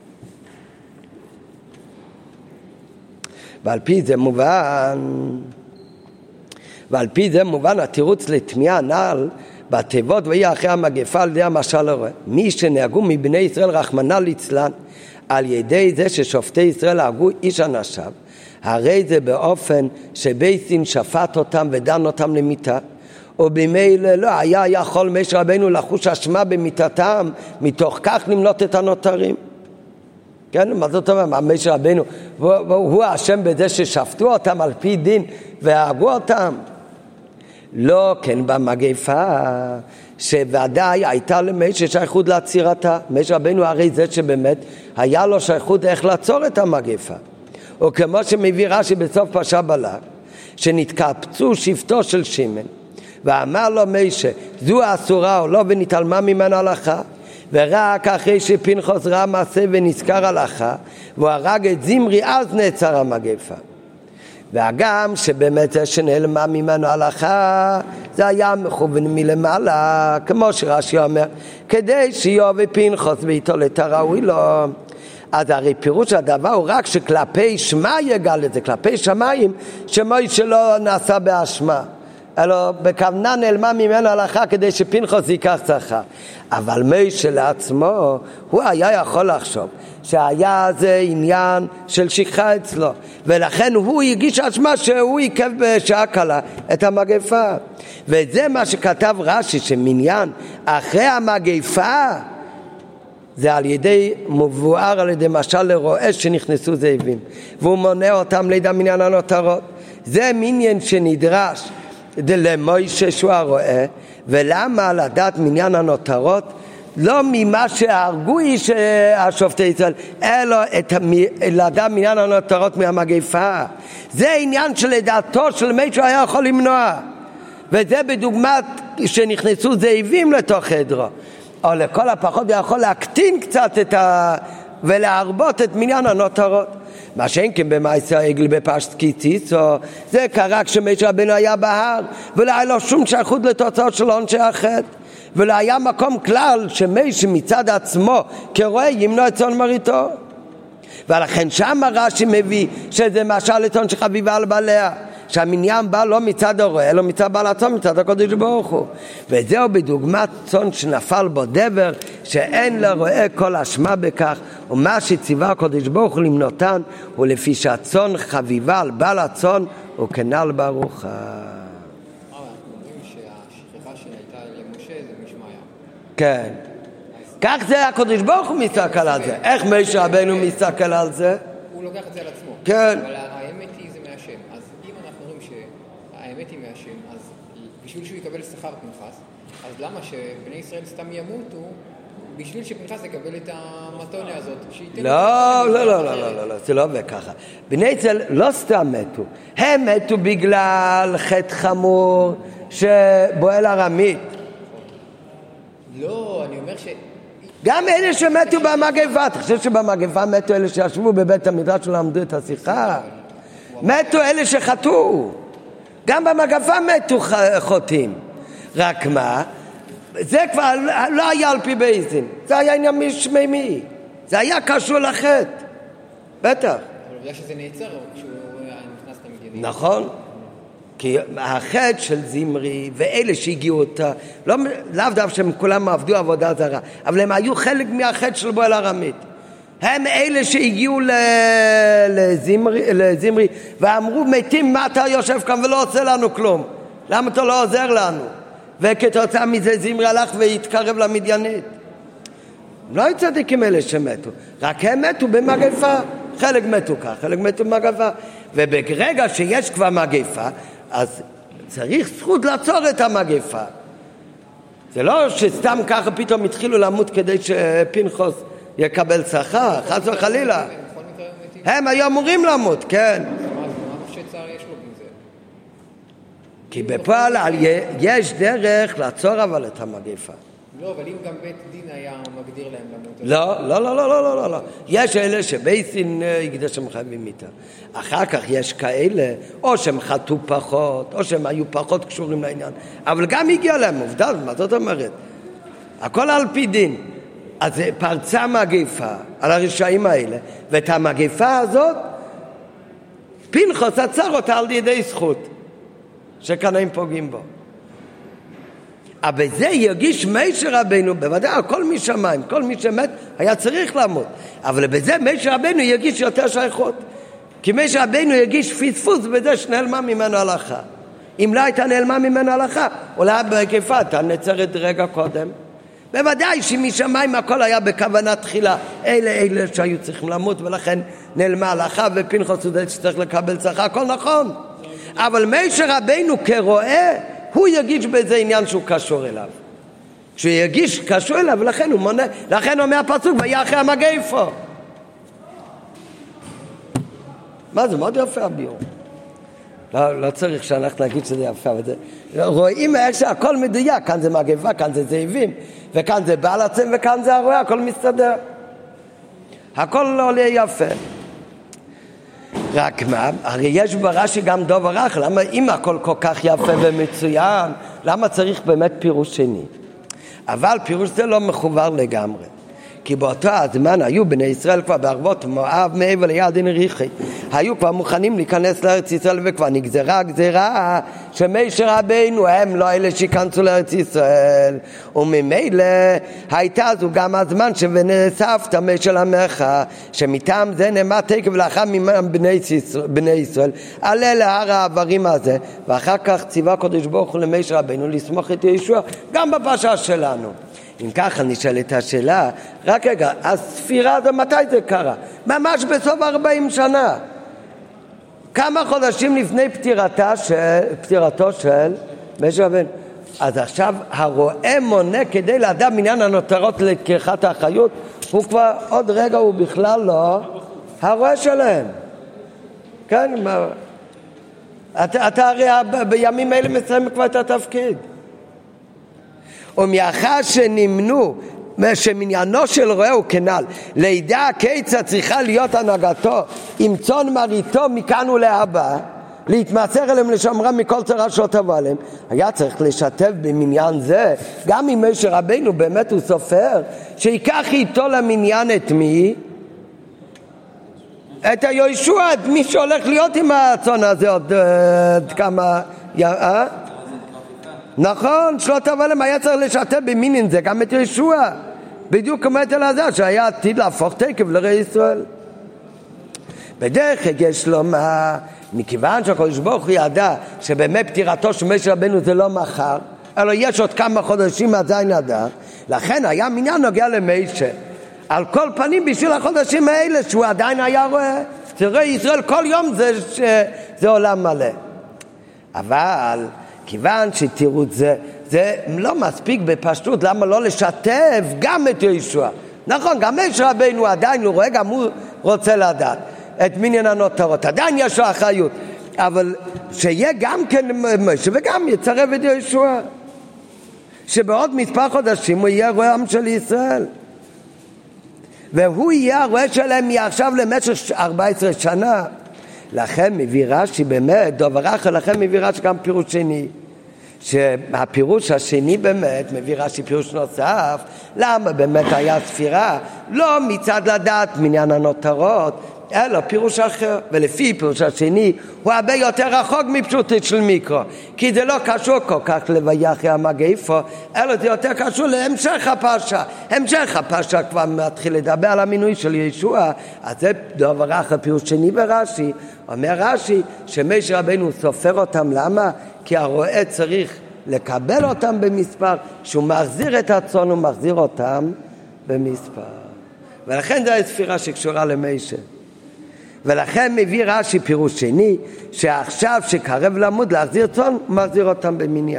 ועל פי זה מובן התירוץ לתמיהה הנ"ל בתיבות ויהיה אחרי המגפה על ידי המשל הרואה. מי שנהגו מבני ישראל רחמנא ליצלן על ידי זה ששופטי ישראל הרגו איש אנשיו, הרי זה באופן שבית דין שפט אותם ודן אותם למיתה, ובמילא לא היה יכול משה רבנו לחוש אשמה במיתתם, מתוך כך למנות את הנותרים. כן, מה זאת אומרת? משה רבנו הוא האשם בזה ששפטו אותם על פי דין והרגו אותם? לא כן במגפה שוודאי הייתה למשה שייכות לעצירתה. משה רבנו הרי זה שבאמת היה לו שייכות איך לעצור את המגפה. או כמו שמביא רש"י בסוף פרשת בלק, שנתקבצו שבטו של שמן ואמר לו משה זו אסורה או לא ונתעלמה ממנה הלכה, ורק אחרי שפנחס ראה מעשה ונזכר הלכה והוא הרג את זמרי אז נעצר המגפה. והגם שבאמת זה שנעלמה ממנו הלכה זה היה מכוון מלמעלה, כמו שרש"י אומר, כדי שיאהב פנחס ואיתו לתראוי לו. אז הרי פירוש הדבר הוא רק שכלפי שמע יגל את זה, כלפי שמיים שמשה לא נעשה באשמה, אלא בכוונה נעלמה ממנו הלכה כדי שפנחס ייקח שכר. אבל משה לעצמו הוא היה יכול לחשוב שהיה זה עניין של שכחה אצלו, ולכן הוא הגיש אשמה שהוא עיכב בשעה קלה את המגפה. וזה מה שכתב רש"י, שמניין אחרי המגפה זה על ידי מבואר על ידי משל לרועה שנכנסו זאבים והוא מונע אותם לידע מניין הנותרות. זה מניין שנדרש למשה שהוא הרועה. ולמה לדעת מניין הנותרות? לא ממה שהרגו איש השופטי ישראל, אלא לדעת מניין הנותרות מהמגפה. זה עניין שלדעתו של מישהו היה יכול למנוע, וזה בדוגמת שנכנסו זאבים לתוך עדרו, או לכל הפחות יכול להקטין קצת ולהרבות את מניין הנותרות. מה שאין כן במעשה העגל בפרשת כי תישא, זה קרה כשמשה רבנו היה בהר ולא היה לו שום שייכות לתוצאות של עונשי החטא, ולא היה מקום כלל שמשה מצד עצמו כרועה ימנוע את צאן מרעיתו. ולכן שם רש"י מביא שזה משל לצאן שחביבה על בעליה, שהמניין בא לא מצד הרועה אלא מצד בעל הצאן, מצד הקדוש ברוך הוא. וזהו בדוגמת צאן שנפל בו דבר, שאין לרועה כל אשמה בכך, ומה שציווה הקדוש ברוך הוא למנותן הוא לפי שהצאן חביבה על בעל הצאן וכנ"ל ברוך. כן, כך זה הקדוש ברוך הוא מסתכל על זה. איך משה רבנו מסתכל על זה? הוא לוקח את זה על עצמו. כן. אבל האמת היא זה מהשם. אז אם בשביל שהוא יקבל שכר פנחס, אז למה שבני ישראל סתם ימותו בשביל שפנחס יקבל את המתונה הזאת? לא, זה לא עובד ככה. בני ישראל לא סתם מתו, הם מתו בגלל חטא חמור שבועל ארמית. לא, אני אומר ש... גם אלה שמתו במגפה, אתה חושב שבמגפה מתו אלה שישבו בבית המדרש ולמדו את השיחה? מתו אלה שחטאו. גם במגפה מתו חוטאים. רק מה? זה כבר לא היה על פי בייזין, זה היה עניין משמימי, זה היה קשור לחטא, בטח. אבל בגלל שזה נעצר כשהוא נכנס למדינים. נכון, כי החטא של זמרי ואלה שהגיעו אותה, לאו דווקא שהם כולם עבדו עבודה זרה, אבל הם היו חלק מהחטא של בועל ארמית. הם אלה שהגיעו לזמרי ואמרו, מתים, מה אתה יושב כאן ולא עושה לנו כלום? למה אתה לא עוזר לנו? וכתוצאה מזה זמרי הלך והתקרב למדיינית. לא היו צדיקים אלה שמתו, רק הם מתו במגפה. חלק מתו כך, חלק מתו במגפה. וברגע שיש כבר מגפה, אז צריך זכות לעצור את המגפה. זה לא שסתם ככה פתאום התחילו למות כדי שפנחס יקבל שכר, חס וחלילה. הם היו אמורים למות, כן. כי בפועל יש דרך לעצור אבל את המגפה. לא, אבל אם גם בית דין היה מגדיר להם למות. לא. יש אלה שבית דין יקדש שהם חייבים מיתה. אחר כך יש כאלה, או שהם חטאו פחות, או שהם היו פחות קשורים לעניין. אבל גם הגיע להם עובדה, מה זאת אומרת? הכל על פי דין. אז פרצה מגפה על הרשעים האלה, ואת המגפה הזאת, פנחס עצר אותה על ידי זכות. שכנאים פוגעים בו. אבל זה ירגיש משה רבנו, בוודאי כל מי שמיים, כל מי שמת היה צריך למות, אבל בזה משה רבנו ירגיש יותר שייכות, כי משה רבנו ירגיש פספוס בזה שנעלמה ממנו הלכה. אם לא הייתה נעלמה ממנו הלכה, אולי בהיקפה הייתה נצרת רגע קודם. בוודאי שמשמיים הכל היה בכוונה תחילה, אלה שהיו צריכים למות ולכן נעלמה הלכה, ופנחס הוא זה שצריך לקבל שכר, הכל נכון. אבל משה רבנו כרואה, הוא ירגיש בזה עניין שהוא קשור אליו. כשהוא ירגיש קשור אליו, לכן הוא מונה, לכן אומר הפסוק, והיה אחרי המגפה. מה זה? מאוד יפה הביור. לא צריך שאנחנו נגיד שזה יפה. רואים איך שהכל מדויק, כאן זה מגפה, כאן זה זאבים, וכאן זה בעל עצם, וכאן זה הרואה, הכל מסתדר. הכל עולה יפה. רק מה, הרי יש ברש"י גם דובר אחר, למה אם הכל כל כך יפה ומצוין, למה צריך באמת פירוש שני? אבל פירוש זה לא מחובר לגמרי, כי באותו הזמן היו בני ישראל כבר בערבות מואב מעבר לירדן יריחו, היו כבר מוכנים להיכנס לארץ ישראל, וכבר נגזרה גזרה שמשה רבנו הם לא אלה שיכנסו לארץ ישראל, וממילא הייתה זו גם הזמן ונאספת משל עמך, שמטעם זה נאמר תקף לאחר בני ישראל עלה להר העברים הזה, ואחר כך ציווה הקדוש ברוך הוא למשה רבנו לסמוך את ישוע גם בפרשה שלנו. אם ככה נשאלת השאלה, רק רגע, הספירה הזו מתי זה קרה? ממש בסוף 40 שנה. כמה חודשים לפני פטירתו של משה רבנו. אז עכשיו הרואה מונה כדי לאדם עניין הנותרות לקחת האחריות, הוא כבר עוד רגע הוא בכלל לא הרואה שלהם. כן, אתה הרי בימים האלה מסיים כבר את התפקיד. ומאחר שנמנו שמניינו של רואה הוא כנ"ל, לידע כיצד צריכה להיות הנהגתו עם צאן מרעיתו מכאן ולהבא, להתמסר אליהם לשמרם מכל צרה שתבוא עליהם, היה צריך לשתף במניין זה גם אם משה רבנו באמת הוא סופר, שיקח איתו למניין את מי? את הישוע, את מי שהולך להיות עם הצאן הזה עוד כמה... נכון, שלושת הבעלים היה צריך לשתף במינין זה גם את ישוע, בדיוק כמו את אלעזר שהיה עתיד להפוך תקף לראי ישראל. בדרך יש לומר, מכיוון שהקדוש ברוך הוא ידע שבאמת פטירתו של משה רבנו זה לא מחר, אלא יש עוד כמה חודשים עדיין ידע, לכן היה מניין נוגע למשה. על כל פנים בשביל החודשים האלה שהוא עדיין היה רואה, זה ראי ישראל כל יום זה עולם מלא. אבל כיוון שתירוץ זה לא מספיק בפשטות, למה לא לשתף גם את ישוע? נכון, גם משה רבינו עדיין הוא רואה, גם הוא רוצה לדעת את מניין הנותרות, עדיין יש לו אחריות, אבל שיהיה גם כן משה וגם יצרף את ישוע, שבעוד מספר חודשים הוא יהיה רועה של ישראל, והוא יהיה הרועה שלהם מעכשיו למשך 14 שנה. לכן מביא רש"י באמת דבר אחר, לכן מביא רש"י גם פירוש שני, שהפירוש השני באמת מביא רש"י פירוש נוסף. למה באמת היה ספירה? לא מצד לדעת מניין הנותרות, אלא פירוש אחר, ולפי פירוש השני הוא הרבה יותר רחוק מפשוטות של מיקרו, כי זה לא קשור כל כך לויחי המגפה, אלא זה יותר קשור להמשך הפרשה. המשך הפרשה כבר מתחיל לדבר על המינוי של ישוע, אז זה דבר אחר פירוש שני ברש"י. אומר רש"י שמשה רבינו סופר אותם, למה? כי הרועה צריך לקבל אותם במספר, שהוא מחזיר את הצאן הוא מחזיר אותם במספר, ולכן זה הספירה שקשורה למשה. ולכן מביא רש"י פירוש שני, שעכשיו שקרב למות להחזיר צאן, הוא מחזיר אותם במניין.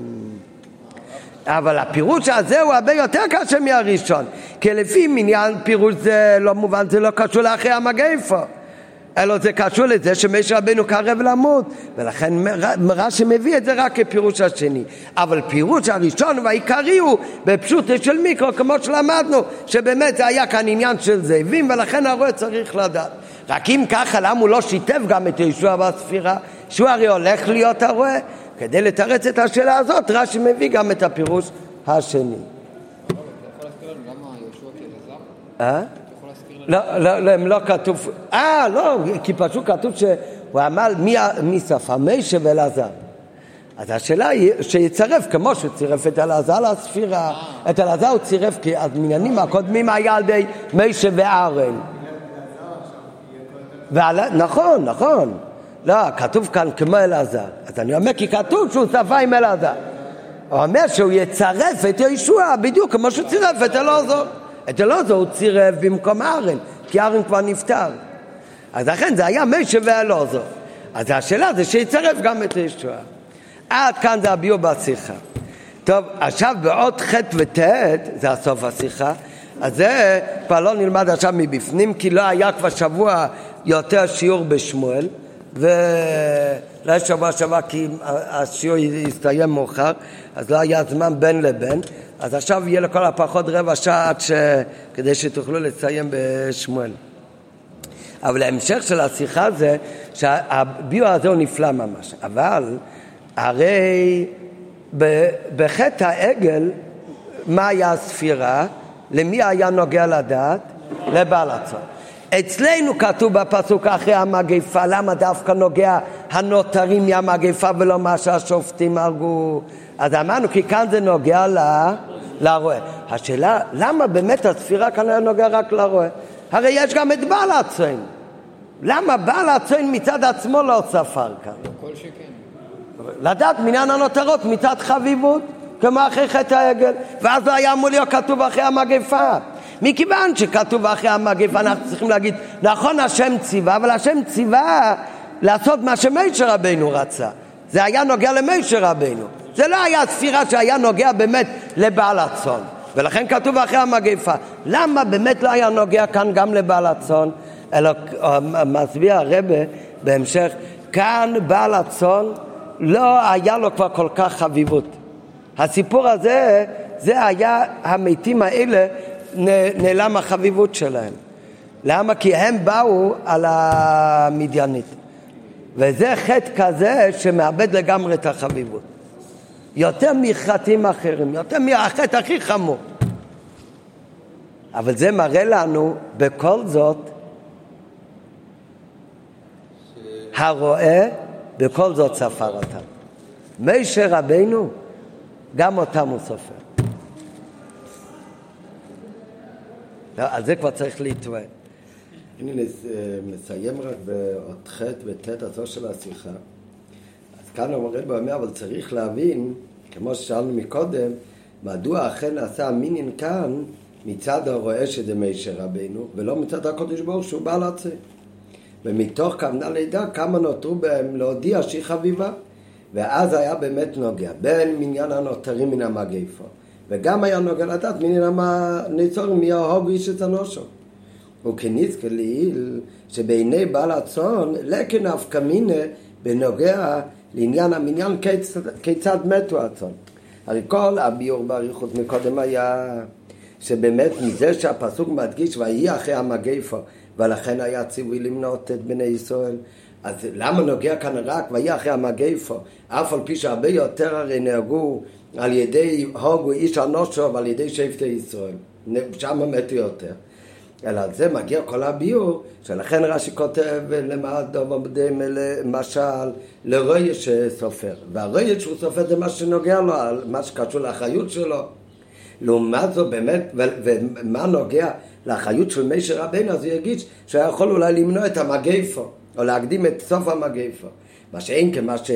אבל הפירוש הזה הוא הרבה יותר קשה מהראשון, כי לפי מניין פירוש זה לא מובן, זה לא קשור לאחרי המגפה, אלא זה קשור לזה שמשה רבינו קרב למות, ולכן רש"י מביא את זה רק כפירוש השני. אבל פירוש הראשון והעיקרי הוא בפשוט של מיקרו, כמו שלמדנו, שבאמת זה היה כאן עניין של זאבים, ולכן הרועה צריך לדעת. רק אם ככה, למה הוא לא שיתף גם את ישוע בספירה, שהוא הרי הולך להיות הרועה? כדי לתרץ את השאלה הזאת, רש"י מביא גם את הפירוש השני. אתה יכול להזכיר לנו למה יהושע כאלעזר? לא, הם לא כתוב, לא, כי פשוט כתוב שהוא אמר מי שפה, משה ואלעזר. אז השאלה היא שיצרף כמו שצירף את אלעזר לספירה, את אלעזר הוא צירף כי המניינים הקודמים היה על ידי משה ואהרון. נכון, לא, כתוב כאן כמו אלעזר, אז אני אומר כי כתוב שהוא שפה עם אלעזר, הוא אומר שהוא יצרף את ישוע בדיוק כמו שהוא צירף את אלעזר. את אלעזר הוא צירף במקום אהרון, כי אהרון כבר נפטר, אז לכן זה היה משה ואלעזר. אז השאלה זה שיצרף גם את ישוע. עד כאן זה הביאור בשיחה. טוב, עכשיו בעוד ח' וט' זה הסוף השיחה, אז זה כבר לא נלמד עכשיו מבפנים, כי לא היה כבר שבוע יותר שיעור בשמואל, ולא שבוע שבוע כי השיעור הסתיים מאוחר, אז לא היה זמן בין לבין, אז עכשיו יהיה לכל הפחות רבע שעה כדי שתוכלו לסיים בשמואל. אבל ההמשך של השיחה זה שהביאור הזה הוא נפלא ממש, אבל הרי בחטא העגל מה היה הספירה? למי היה נוגע לדעת? לבעל הצאן. אצלנו כתוב בפסוק אחרי המגפה, למה דווקא נוגע הנותרים מהמגפה ולא מה שהשופטים הרגו? אז אמרנו כי כאן זה נוגע לרועה. השאלה למה באמת הספירה כאן היה נוגע רק לרועה? הרי יש גם את בעל הצאן, למה בעל הצאן מצד עצמו לא ספר כאן? כל שכן לדעת מניין הנותרות מצד חביבות כמו אחרי חטא העגל, ואז לא היה אמור להיות כתוב אחרי המגפה. מכיוון שכתוב אחרי המגפה אנחנו צריכים להגיד נכון השם ציווה, אבל השם ציווה לעשות מה שמשה רבינו רצה, זה היה נוגע למשה רבינו, זה לא היה ספירה שהיה נוגע באמת לבעל הצאן, ולכן כתוב אחרי המגפה. למה באמת לא היה נוגע כאן גם לבעל הצאן? אלא מסביר הרבי בהמשך, כאן בעל הצאן לא היה לו כבר כל כך חביבות. הסיפור הזה, זה היה המתים האלה נעלם החביבות שלהם. למה? כי הם באו על המדיינית, וזה חטא כזה שמאבד לגמרי את החביבות, יותר מחטאים אחרים, יותר מהחטא הכי חמור. אבל זה מראה לנו בכל זאת הרועה בכל זאת ספר אותם. משה רבינו גם אותם הוא סופר. לא, על זה כבר צריך להתווה. אני מסיים רק בעוד ח' וט' הסוף של השיחה. אז כאן אומר, אבל צריך להבין, כמו ששאלנו מקודם, מדוע אכן נעשה המינין כאן מצד הרועה שזה משה רבינו, ולא מצד הקדוש ברוך שהוא בעל הצאן. ומתוך כוונה לידע כמה נותרו בהם להודיע שהיא חביבה, ואז היה באמת נוגע בין מניין הנותרים מן המגפה, וגם היה נוגע לדעת מניין הניצורים מי ההוג איש את הנושו. וכנזכר לעיל שבעיני בעל הצאן לקן אף מינה בנוגע לעניין המניין כיצד מתו הצאן. הרי כל הביור באריכות מקודם היה שבאמת מזה שהפסוק מדגיש ויהי אחרי המגפה, ולכן היה ציווי למנות את בני ישראל. אז למה נוגע כאן רק ויהי אחרי המגפה, אף על פי שהרבה יותר הרי נהרגו על ידי הוג איש הנושו ועל ידי שבטי ישראל, שם מתו יותר. אלא על זה מגיע כל הביור, שלכן רש"י כותב למעט עובדים למשל לרויה שסופר, והרויה שהוא סופר זה מה שנוגע לו, מה שקשור לאחריות שלו. לעומת זאת באמת, ומה נוגע לאחריות של משה רבינו, אז הוא יגיד שהיה יכול אולי למנוע את המגפה, או להקדים את סוף המגפה. מה שאין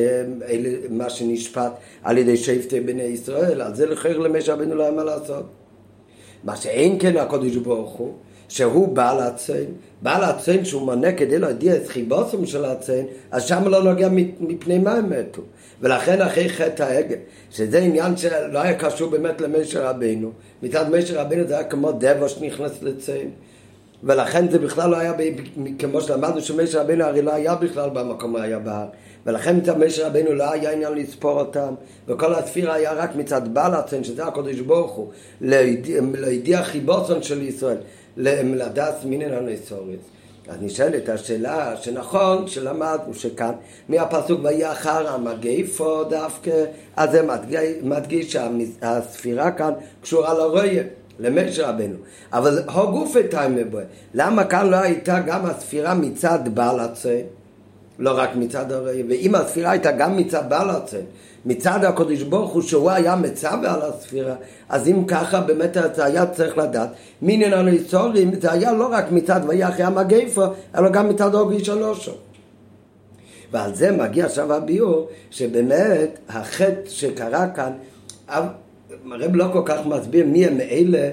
מה שנשפט על ידי שבטי בני ישראל, על זה לכך למשה רבינו לא היה מה לעשות. מה שאין כן הקדוש ברוך הוא, שהוא בעל הצאן שהוא מונה כדי להודיע את חיבוסם של הצאן, אז שם לא נוגע מפני מה הם מתו. ולכן אחרי חטא העגל, שזה עניין שלא היה קשור באמת למשה רבינו, מצד משה רבינו זה היה כמו דבע שנכנס לצאן, ולכן זה בכלל לא היה, כמו שלמדנו שמשה רבינו הרי לא היה בכלל במקום היה בהר, ולכן מצד משה רבינו לא היה עניין לספור אותם, וכל הספירה היה רק מצד בעל הצאן, שזה הקדוש ברוך הוא, להודיע חיבוסם של ישראל, לדעת מינן הניצורס. אז נשאלת השאלה שנכון שלמדנו שכאן מהפסוק ויהי אחר המגפה דווקא, אז זה מדגיש שהספירה כאן קשורה לרויה, למשה רבינו, אבל הגוף הייתה מבואה. למה כאן לא הייתה גם הספירה מצד בעל הצאן, לא רק מצד הרויה? ואם הספירה הייתה גם מצד בעל הצאן, מצד הקדוש ברוך הוא שהוא היה מצווה על הספירה, אז אם ככה באמת זה היה צריך לדעת מינין הניצורים, זה היה לא רק מצד ויהי אחרי המגפה, אלא גם מצד הוג איש הנושו. ועל זה מגיע עכשיו הביור שבאמת החטא שקרה כאן, הרב לא כל כך מסביר מי הם אלה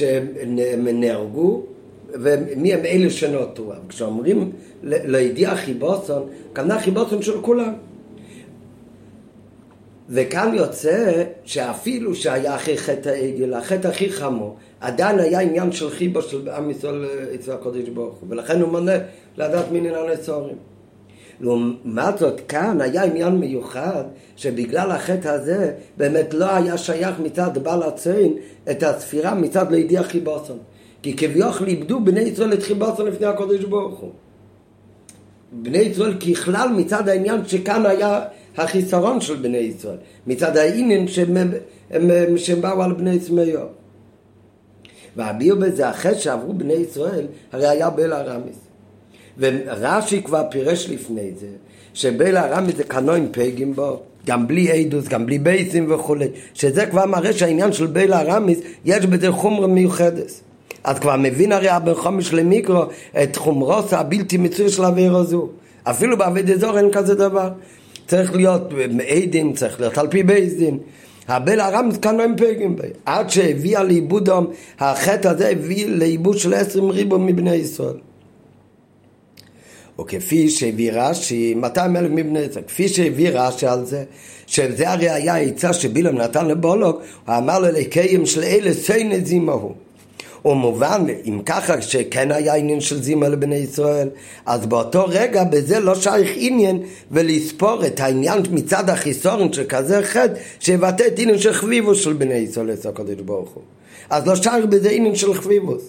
שנהרגו ומי הם אלה שנותרו. כשאומרים לידיע חיבוסון, כנראה חיבוסון של כולם. וכאן יוצא שאפילו שהיה אחרי חטא העגל, החטא הכי חמור, עדיין היה עניין של חיבו של עם ישראל אצל הקדוש ברוך הוא, ולכן הוא מונה לדעת מינין הניצורים. לעומת זאת כאן היה עניין מיוחד שבגלל החטא הזה באמת לא היה שייך מצד בעל הצאן את הספירה מצד לידיע חיבוסון, כי כביכול איבדו בני ישראל את חיבוסון לפני הקדוש ברוך הוא. בני ישראל ככלל מצד העניין שכאן היה החיסרון של בני ישראל, מצד העניין שהם באו על בני צמאיות. והביאו בזה אחרי שעברו בני ישראל, הרי היה בל הרמיס. ורש"י כבר פירש לפני זה, שבל הרמיס זה קנוין פגים בו, גם בלי עדוס, גם בלי בייסים וכו', שזה כבר מראה שהעניין של בל הרמיס, יש בזה חומרה מיוחדת. אז כבר מבין הרי הבן חומש למיקרו את חומרוס הבלתי מצוי של העבירה הזו. אפילו בעבד אזור אין כזה דבר. צריך להיות עדים, צריך להיות על פי בייסים. הבל הרמיס כאן לא פגים בי. עד שהביאה לאיבודם, החטא הזה הביא לאיבוד של 20 ריבו מבני ישראל. וכפי שהביא רש"י, 200,000 מבני ישראל, כפי שהביא רש"י על זה, שזה הרי היה העצה שבילם נתן לבולוק, הוא אמר לו לקיים של אלה סיינה זימהו. ומובן, אם ככה שכן היה עניין של זימה לבני ישראל, אז באותו רגע בזה לא שייך עניין ולספור את העניין מצד החיסורן של כזה חטא, שיבטא את עניין של חביבוס של בני ישראל אצל הקדוש ברוך הוא. אז לא שייך בזה עניין של חביבוס.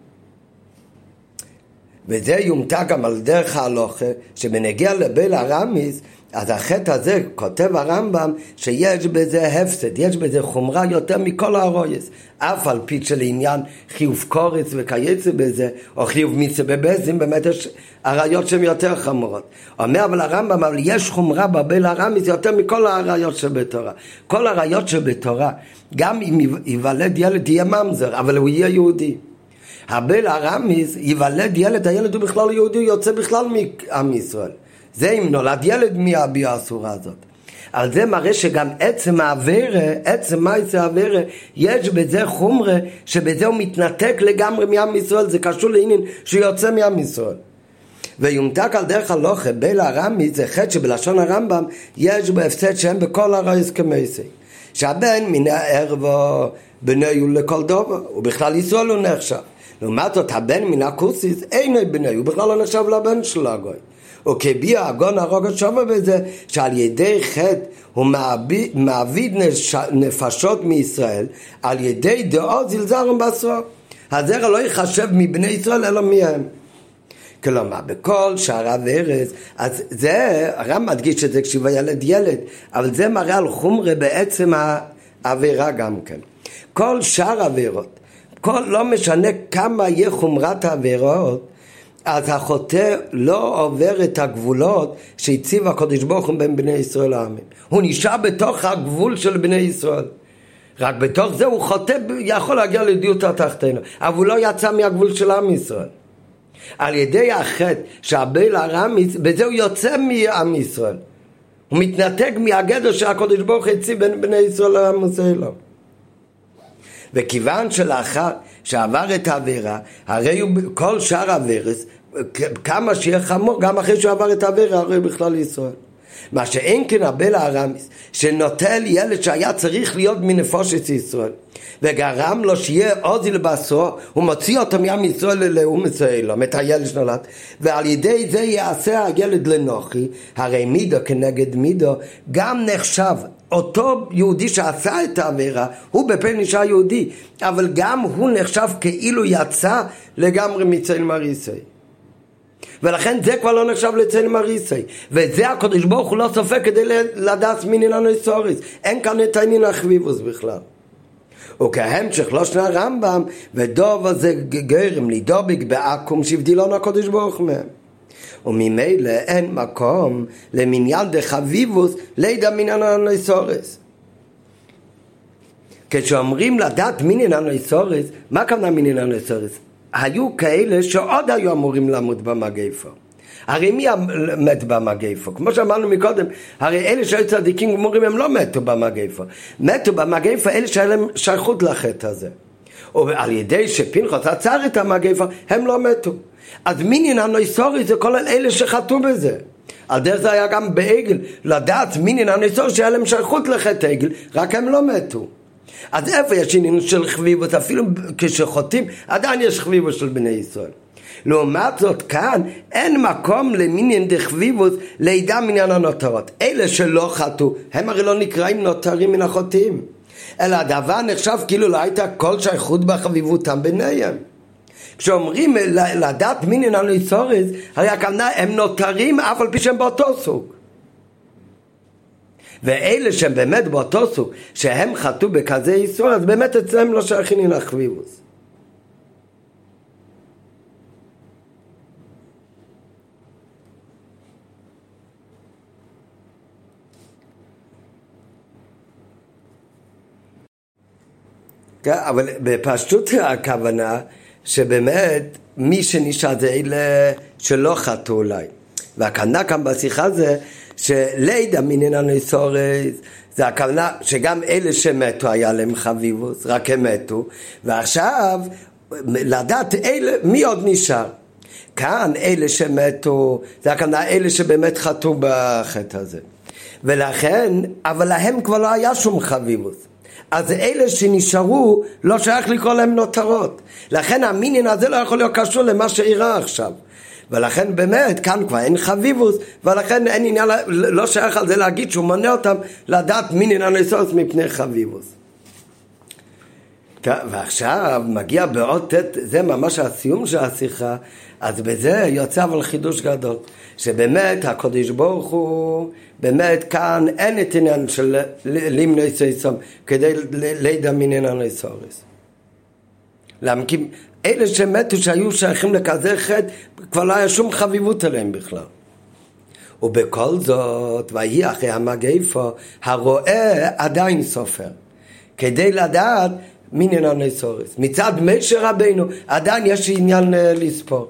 וזה יומתא גם על דרך ההלכה, שבנגיע לבל הרמיס, אז החטא הזה כותב הרמב"ם שיש בזה הפסד, יש בזה חומרה יותר מכל הרויס, אף על פי של עניין חיוב קורץ וכייצא בזה, או חיוב מיצה בבזים, באמת יש הראיות שהן יותר חמורות. אומר אבל הרמב"ם, אבל יש חומרה בבל הרמיס יותר מכל הראיות שבתורה. כל הראיות שבתורה, גם אם ייוולד ילד יהיה ממזר, אבל הוא יהיה יהודי. הבל הרמיס ייוולד ילד, הילד הוא בכלל יהודי, הוא יוצא בכלל מעם ישראל. זה אם נולד ילד מהביאה האסורה הזאת. על זה מראה שגם עצם העבירה, עצם מעשה העבירה, יש בזה חומרה שבזה הוא מתנתק לגמרי מעם ישראל, זה קשור לעניין שיוצא מעם ישראל. ויומתק על דרך הלוכה בל הרמיס זה חטא שבלשון הרמב"ם יש בו הפסד שהם בכל הרייס כמייסי שהבן מן הערבו בני הוא לכל דובר ובכלל ישראל הוא נחשב לעומת זאת הבן מן הכוסיס אינו בני הוא בכלל לא נחשב לבן של הגוי וכביע הגון הרוגת שווה בזה שעל ידי חטא הוא מעביד נפשות מישראל על ידי דעות זלזרם בסוף הזרע לא יחשב מבני ישראל אלא מהם כלומר בכל שערה וארץ אז זה הרב מדגיש את זה כשהוא ילד אבל זה מראה על חומרה בעצם העבירה גם כן כל שאר עבירות לא משנה כמה יהיה חומרת העבירות אז החוטא לא עובר את הגבולות שהציב הקדוש ברוך הוא בין בני ישראל לעמים הוא נשאר בתוך הגבול של בני ישראל רק בתוך זה הוא חוטא יכול להגיע לדיות התחתינו אבל הוא לא יצא מהגבול של עם ישראל על ידי החטא שהבל הרמיס בזה הוא יוצא מעם ישראל הוא מתנתק מהגדר שהקדוש ברוך הוא הציב בין בני ישראל לעם ישראל וכיוון שלאחר שעבר את העבירה הרי הוא כל שאר עבירס כמה שיהיה חמור גם אחרי שהוא עבר את העבירה הרי בכלל ישראל מה שאין כן הבל הרמיס שנוטל ילד שהיה צריך להיות מנפושת ישראל וגרם לו שיהיה עוזי לבשרו הוא מוציא אותו מעם ישראל ללאום ישראל את הילד שנולד ועל ידי זה יעשה הילד לנוחי הרי מידו כנגד מידו גם נחשב אותו יהודי שעשה את העבירה הוא בפה נשאר יהודי אבל גם הוא נחשב כאילו יצא לגמרי מצל מריסי ולכן זה כבר לא נחשב לצל מריסי וזה הקדוש ברוך הוא לא סופק כדי לדעת מינין הנוסוריס אין כאן את העניין החביבוס בכלל וכהמשך לא שנה רמב"ם ודוב הזה גרם לדוביק בעקום שהבדילון הקדוש ברוך מהם וממילא אין מקום למניין דחביבוס לידע מינין הנוסוריס כשאומרים לדעת מינין הנוסוריס מה כמנה מינין הנוסוריס? היו כאלה שעוד היו אמורים למות במגפה הרי מי מת במגפה? כמו שאמרנו מקודם הרי אלה שהיו צדיקים גמורים הם לא מתו במגפה מתו במגפה אלה שהיה להם שייכות לחטא הזה ועל ידי שפנחס עצר את המגפה הם לא מתו אז מינין הנוסוריס זה כל אלה שחטאו בזה על דרך זה היה גם בעגל לדעת מינין הנוסוריס שהיה להם שייכות לחטא עגל רק הם לא מתו אז איפה יש עניין של חביבות אפילו כשחוטאים עדיין יש חביבות של בני ישראל לעומת זאת כאן אין מקום למינין דחביבות לידע מניין הנותרות אלה שלא חטאו הם הרי לא נקראים נותרים מן החוטאים אלא הדבר נחשב כאילו לא הייתה כל שייכות בחביבותם ביניהם כשאומרים לדעת מינין הנוסוריס הרי הכוונה הם נותרים אף על פי שהם באותו סוג ואלה שהם באמת באותו סוג שהם חטאו בכזה ישראל אז באמת אצלם לא שייכים מן החביבוס אבל בפשטות הכוונה שבאמת מי שנשאר זה אלה שלא חטאו אולי והכוונה כאן בשיחה זה שלידע מינין הנוסוריס זה הכוונה שגם אלה שמתו היה להם חביבוס רק הם מתו ועכשיו לדעת אלה מי עוד נשאר כאן אלה שמתו זה הכוונה אלה שבאמת חטאו בחטא הזה ולכן אבל להם כבר לא היה שום חביבוס אז אלה שנשארו לא שייך לקרוא להם נותרות לכן המינין הזה לא יכול להיות קשור למה שאירע עכשיו ולכן באמת כאן כבר אין חביבוס ולכן אין עניין לא שייך על זה להגיד שהוא מונה אותם לדעת מינין הנוסוריס מפני חביבוס ועכשיו מגיע בעוד זה ממש הסיום של השיחה אז בזה יוצא אבל חידוש גדול שבאמת הקדוש ברוך הוא באמת כאן אין את עניין של למנוע סייסום כדי לידע מינין הנוסוריס למה כי אלה שמתו שהיו שייכים לכזה חטא כבר לא היה שום חביבות עליהם בכלל ובכל זאת ויהי אחרי המגפה הרואה עדיין סופר כדי לדעת מינין הנוסוריס מצד משה רבינו עדיין יש עניין לספור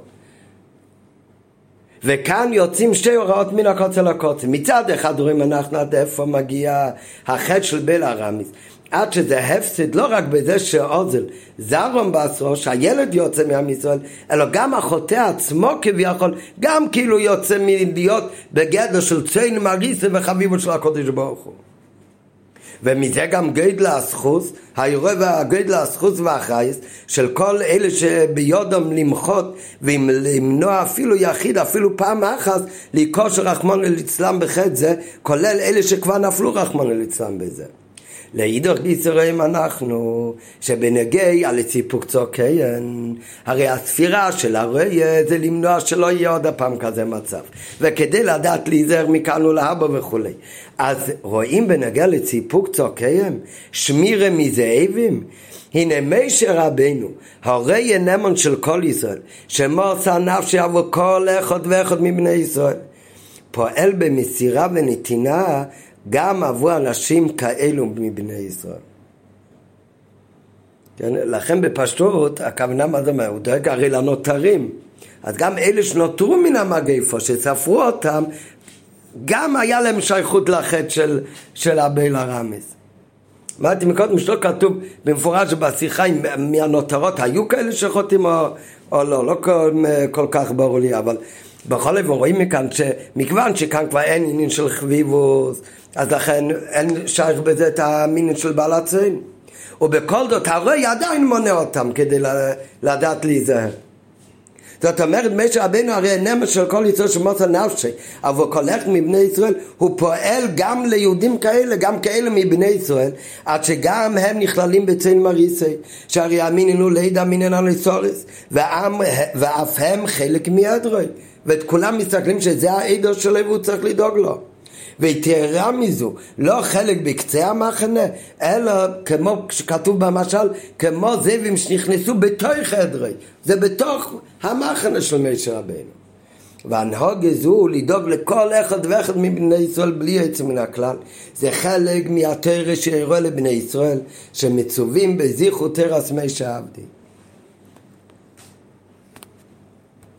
וכאן יוצאים שתי הוראות מן הקוצר לקוצר מצד אחד רואים אנחנו עד איפה מגיע החטא של בל הרמיס עד שזה הפסד לא רק בזה שעוזל זרום בעשרו, שהילד יוצא מעם ישראל, אלא גם החוטא עצמו כביכול, גם כאילו יוצא מלהיות בגדר של צאן מריסה וחביבו של הקודש ברוך הוא. ומזה גם גדל הזכות, האירוע והגדל הזכות והחייס של כל אלה שביודם למחות ולמנוע אפילו יחיד, אפילו פעם אחת, לקוש רחמון ליצלם בחטא זה, כולל אלה שכבר נפלו רחמון ליצלם בזה. להידור גיסורים אנחנו שבנגי על ציפוק צוקיין, הרי הספירה של הרויה זה למנוע שלא יהיה עוד הפעם כזה מצב, וכדי לדעת להיזהר מכאן ולהבא וכו'. אז רואים בנגע לציפוק צוקיין שמירה מזאבים. הנה משה רבינו הרויה נמון של כל ישראל שמוסר נפשי עבור כל אחד ואחד מבני ישראל, פועל במסירה ונתינה גם עבור אנשים כאלו מבני ישראל. כן? לכן בפשטות הכוונה מה זה אומר? הוא דואג הרי לנותרים, אז גם אלה שנותרו מן המגפה שספרו אותם, גם היה להם שייכות לחטא של הבעל הרמז. אמרתי מקודם שלא כתוב במפורש בשיחה מהנותרות היו כאלה שחוטאים או לא, לא כל כך ברור לי, אבל בכל אופן רואים מכאן שמכיוון שכאן כבר אין עניין של חביבוס, אז לכן אין שייך בזה את המינין של בעל הצאן, ובכל זאת הרוי עדיין מונע אותם כדי לדעת להיזהר. זאת אומרת משה רבינו הרי נמר של כל ישראל שמוסר נפשי אבל כל אחד מבני ישראל הוא פועל גם ליהודים כאלה, גם כאלה מבני ישראל, עד שגם הם נכללים בצאן מריסי, שהרי אמיננו לידע מיננה לסורס, ואף הם חלק מעדרוי, ואת כולם מסתכלים שזה העדר שלו והוא צריך לדאוג לו. ויתרה מזו, לא חלק בקצה המחנה, אלא כמו שכתוב במשל, כמו זאבים שנכנסו בתוך עדרי, זה בתוך המחנה של משה רבינו. והנהוג זו לדאוג לכל אחד ואחד מבני ישראל בלי יוצא מן הכלל, זה חלק מהתורה שיראה לבני ישראל שמצווים בזכות תרס משה עבדי.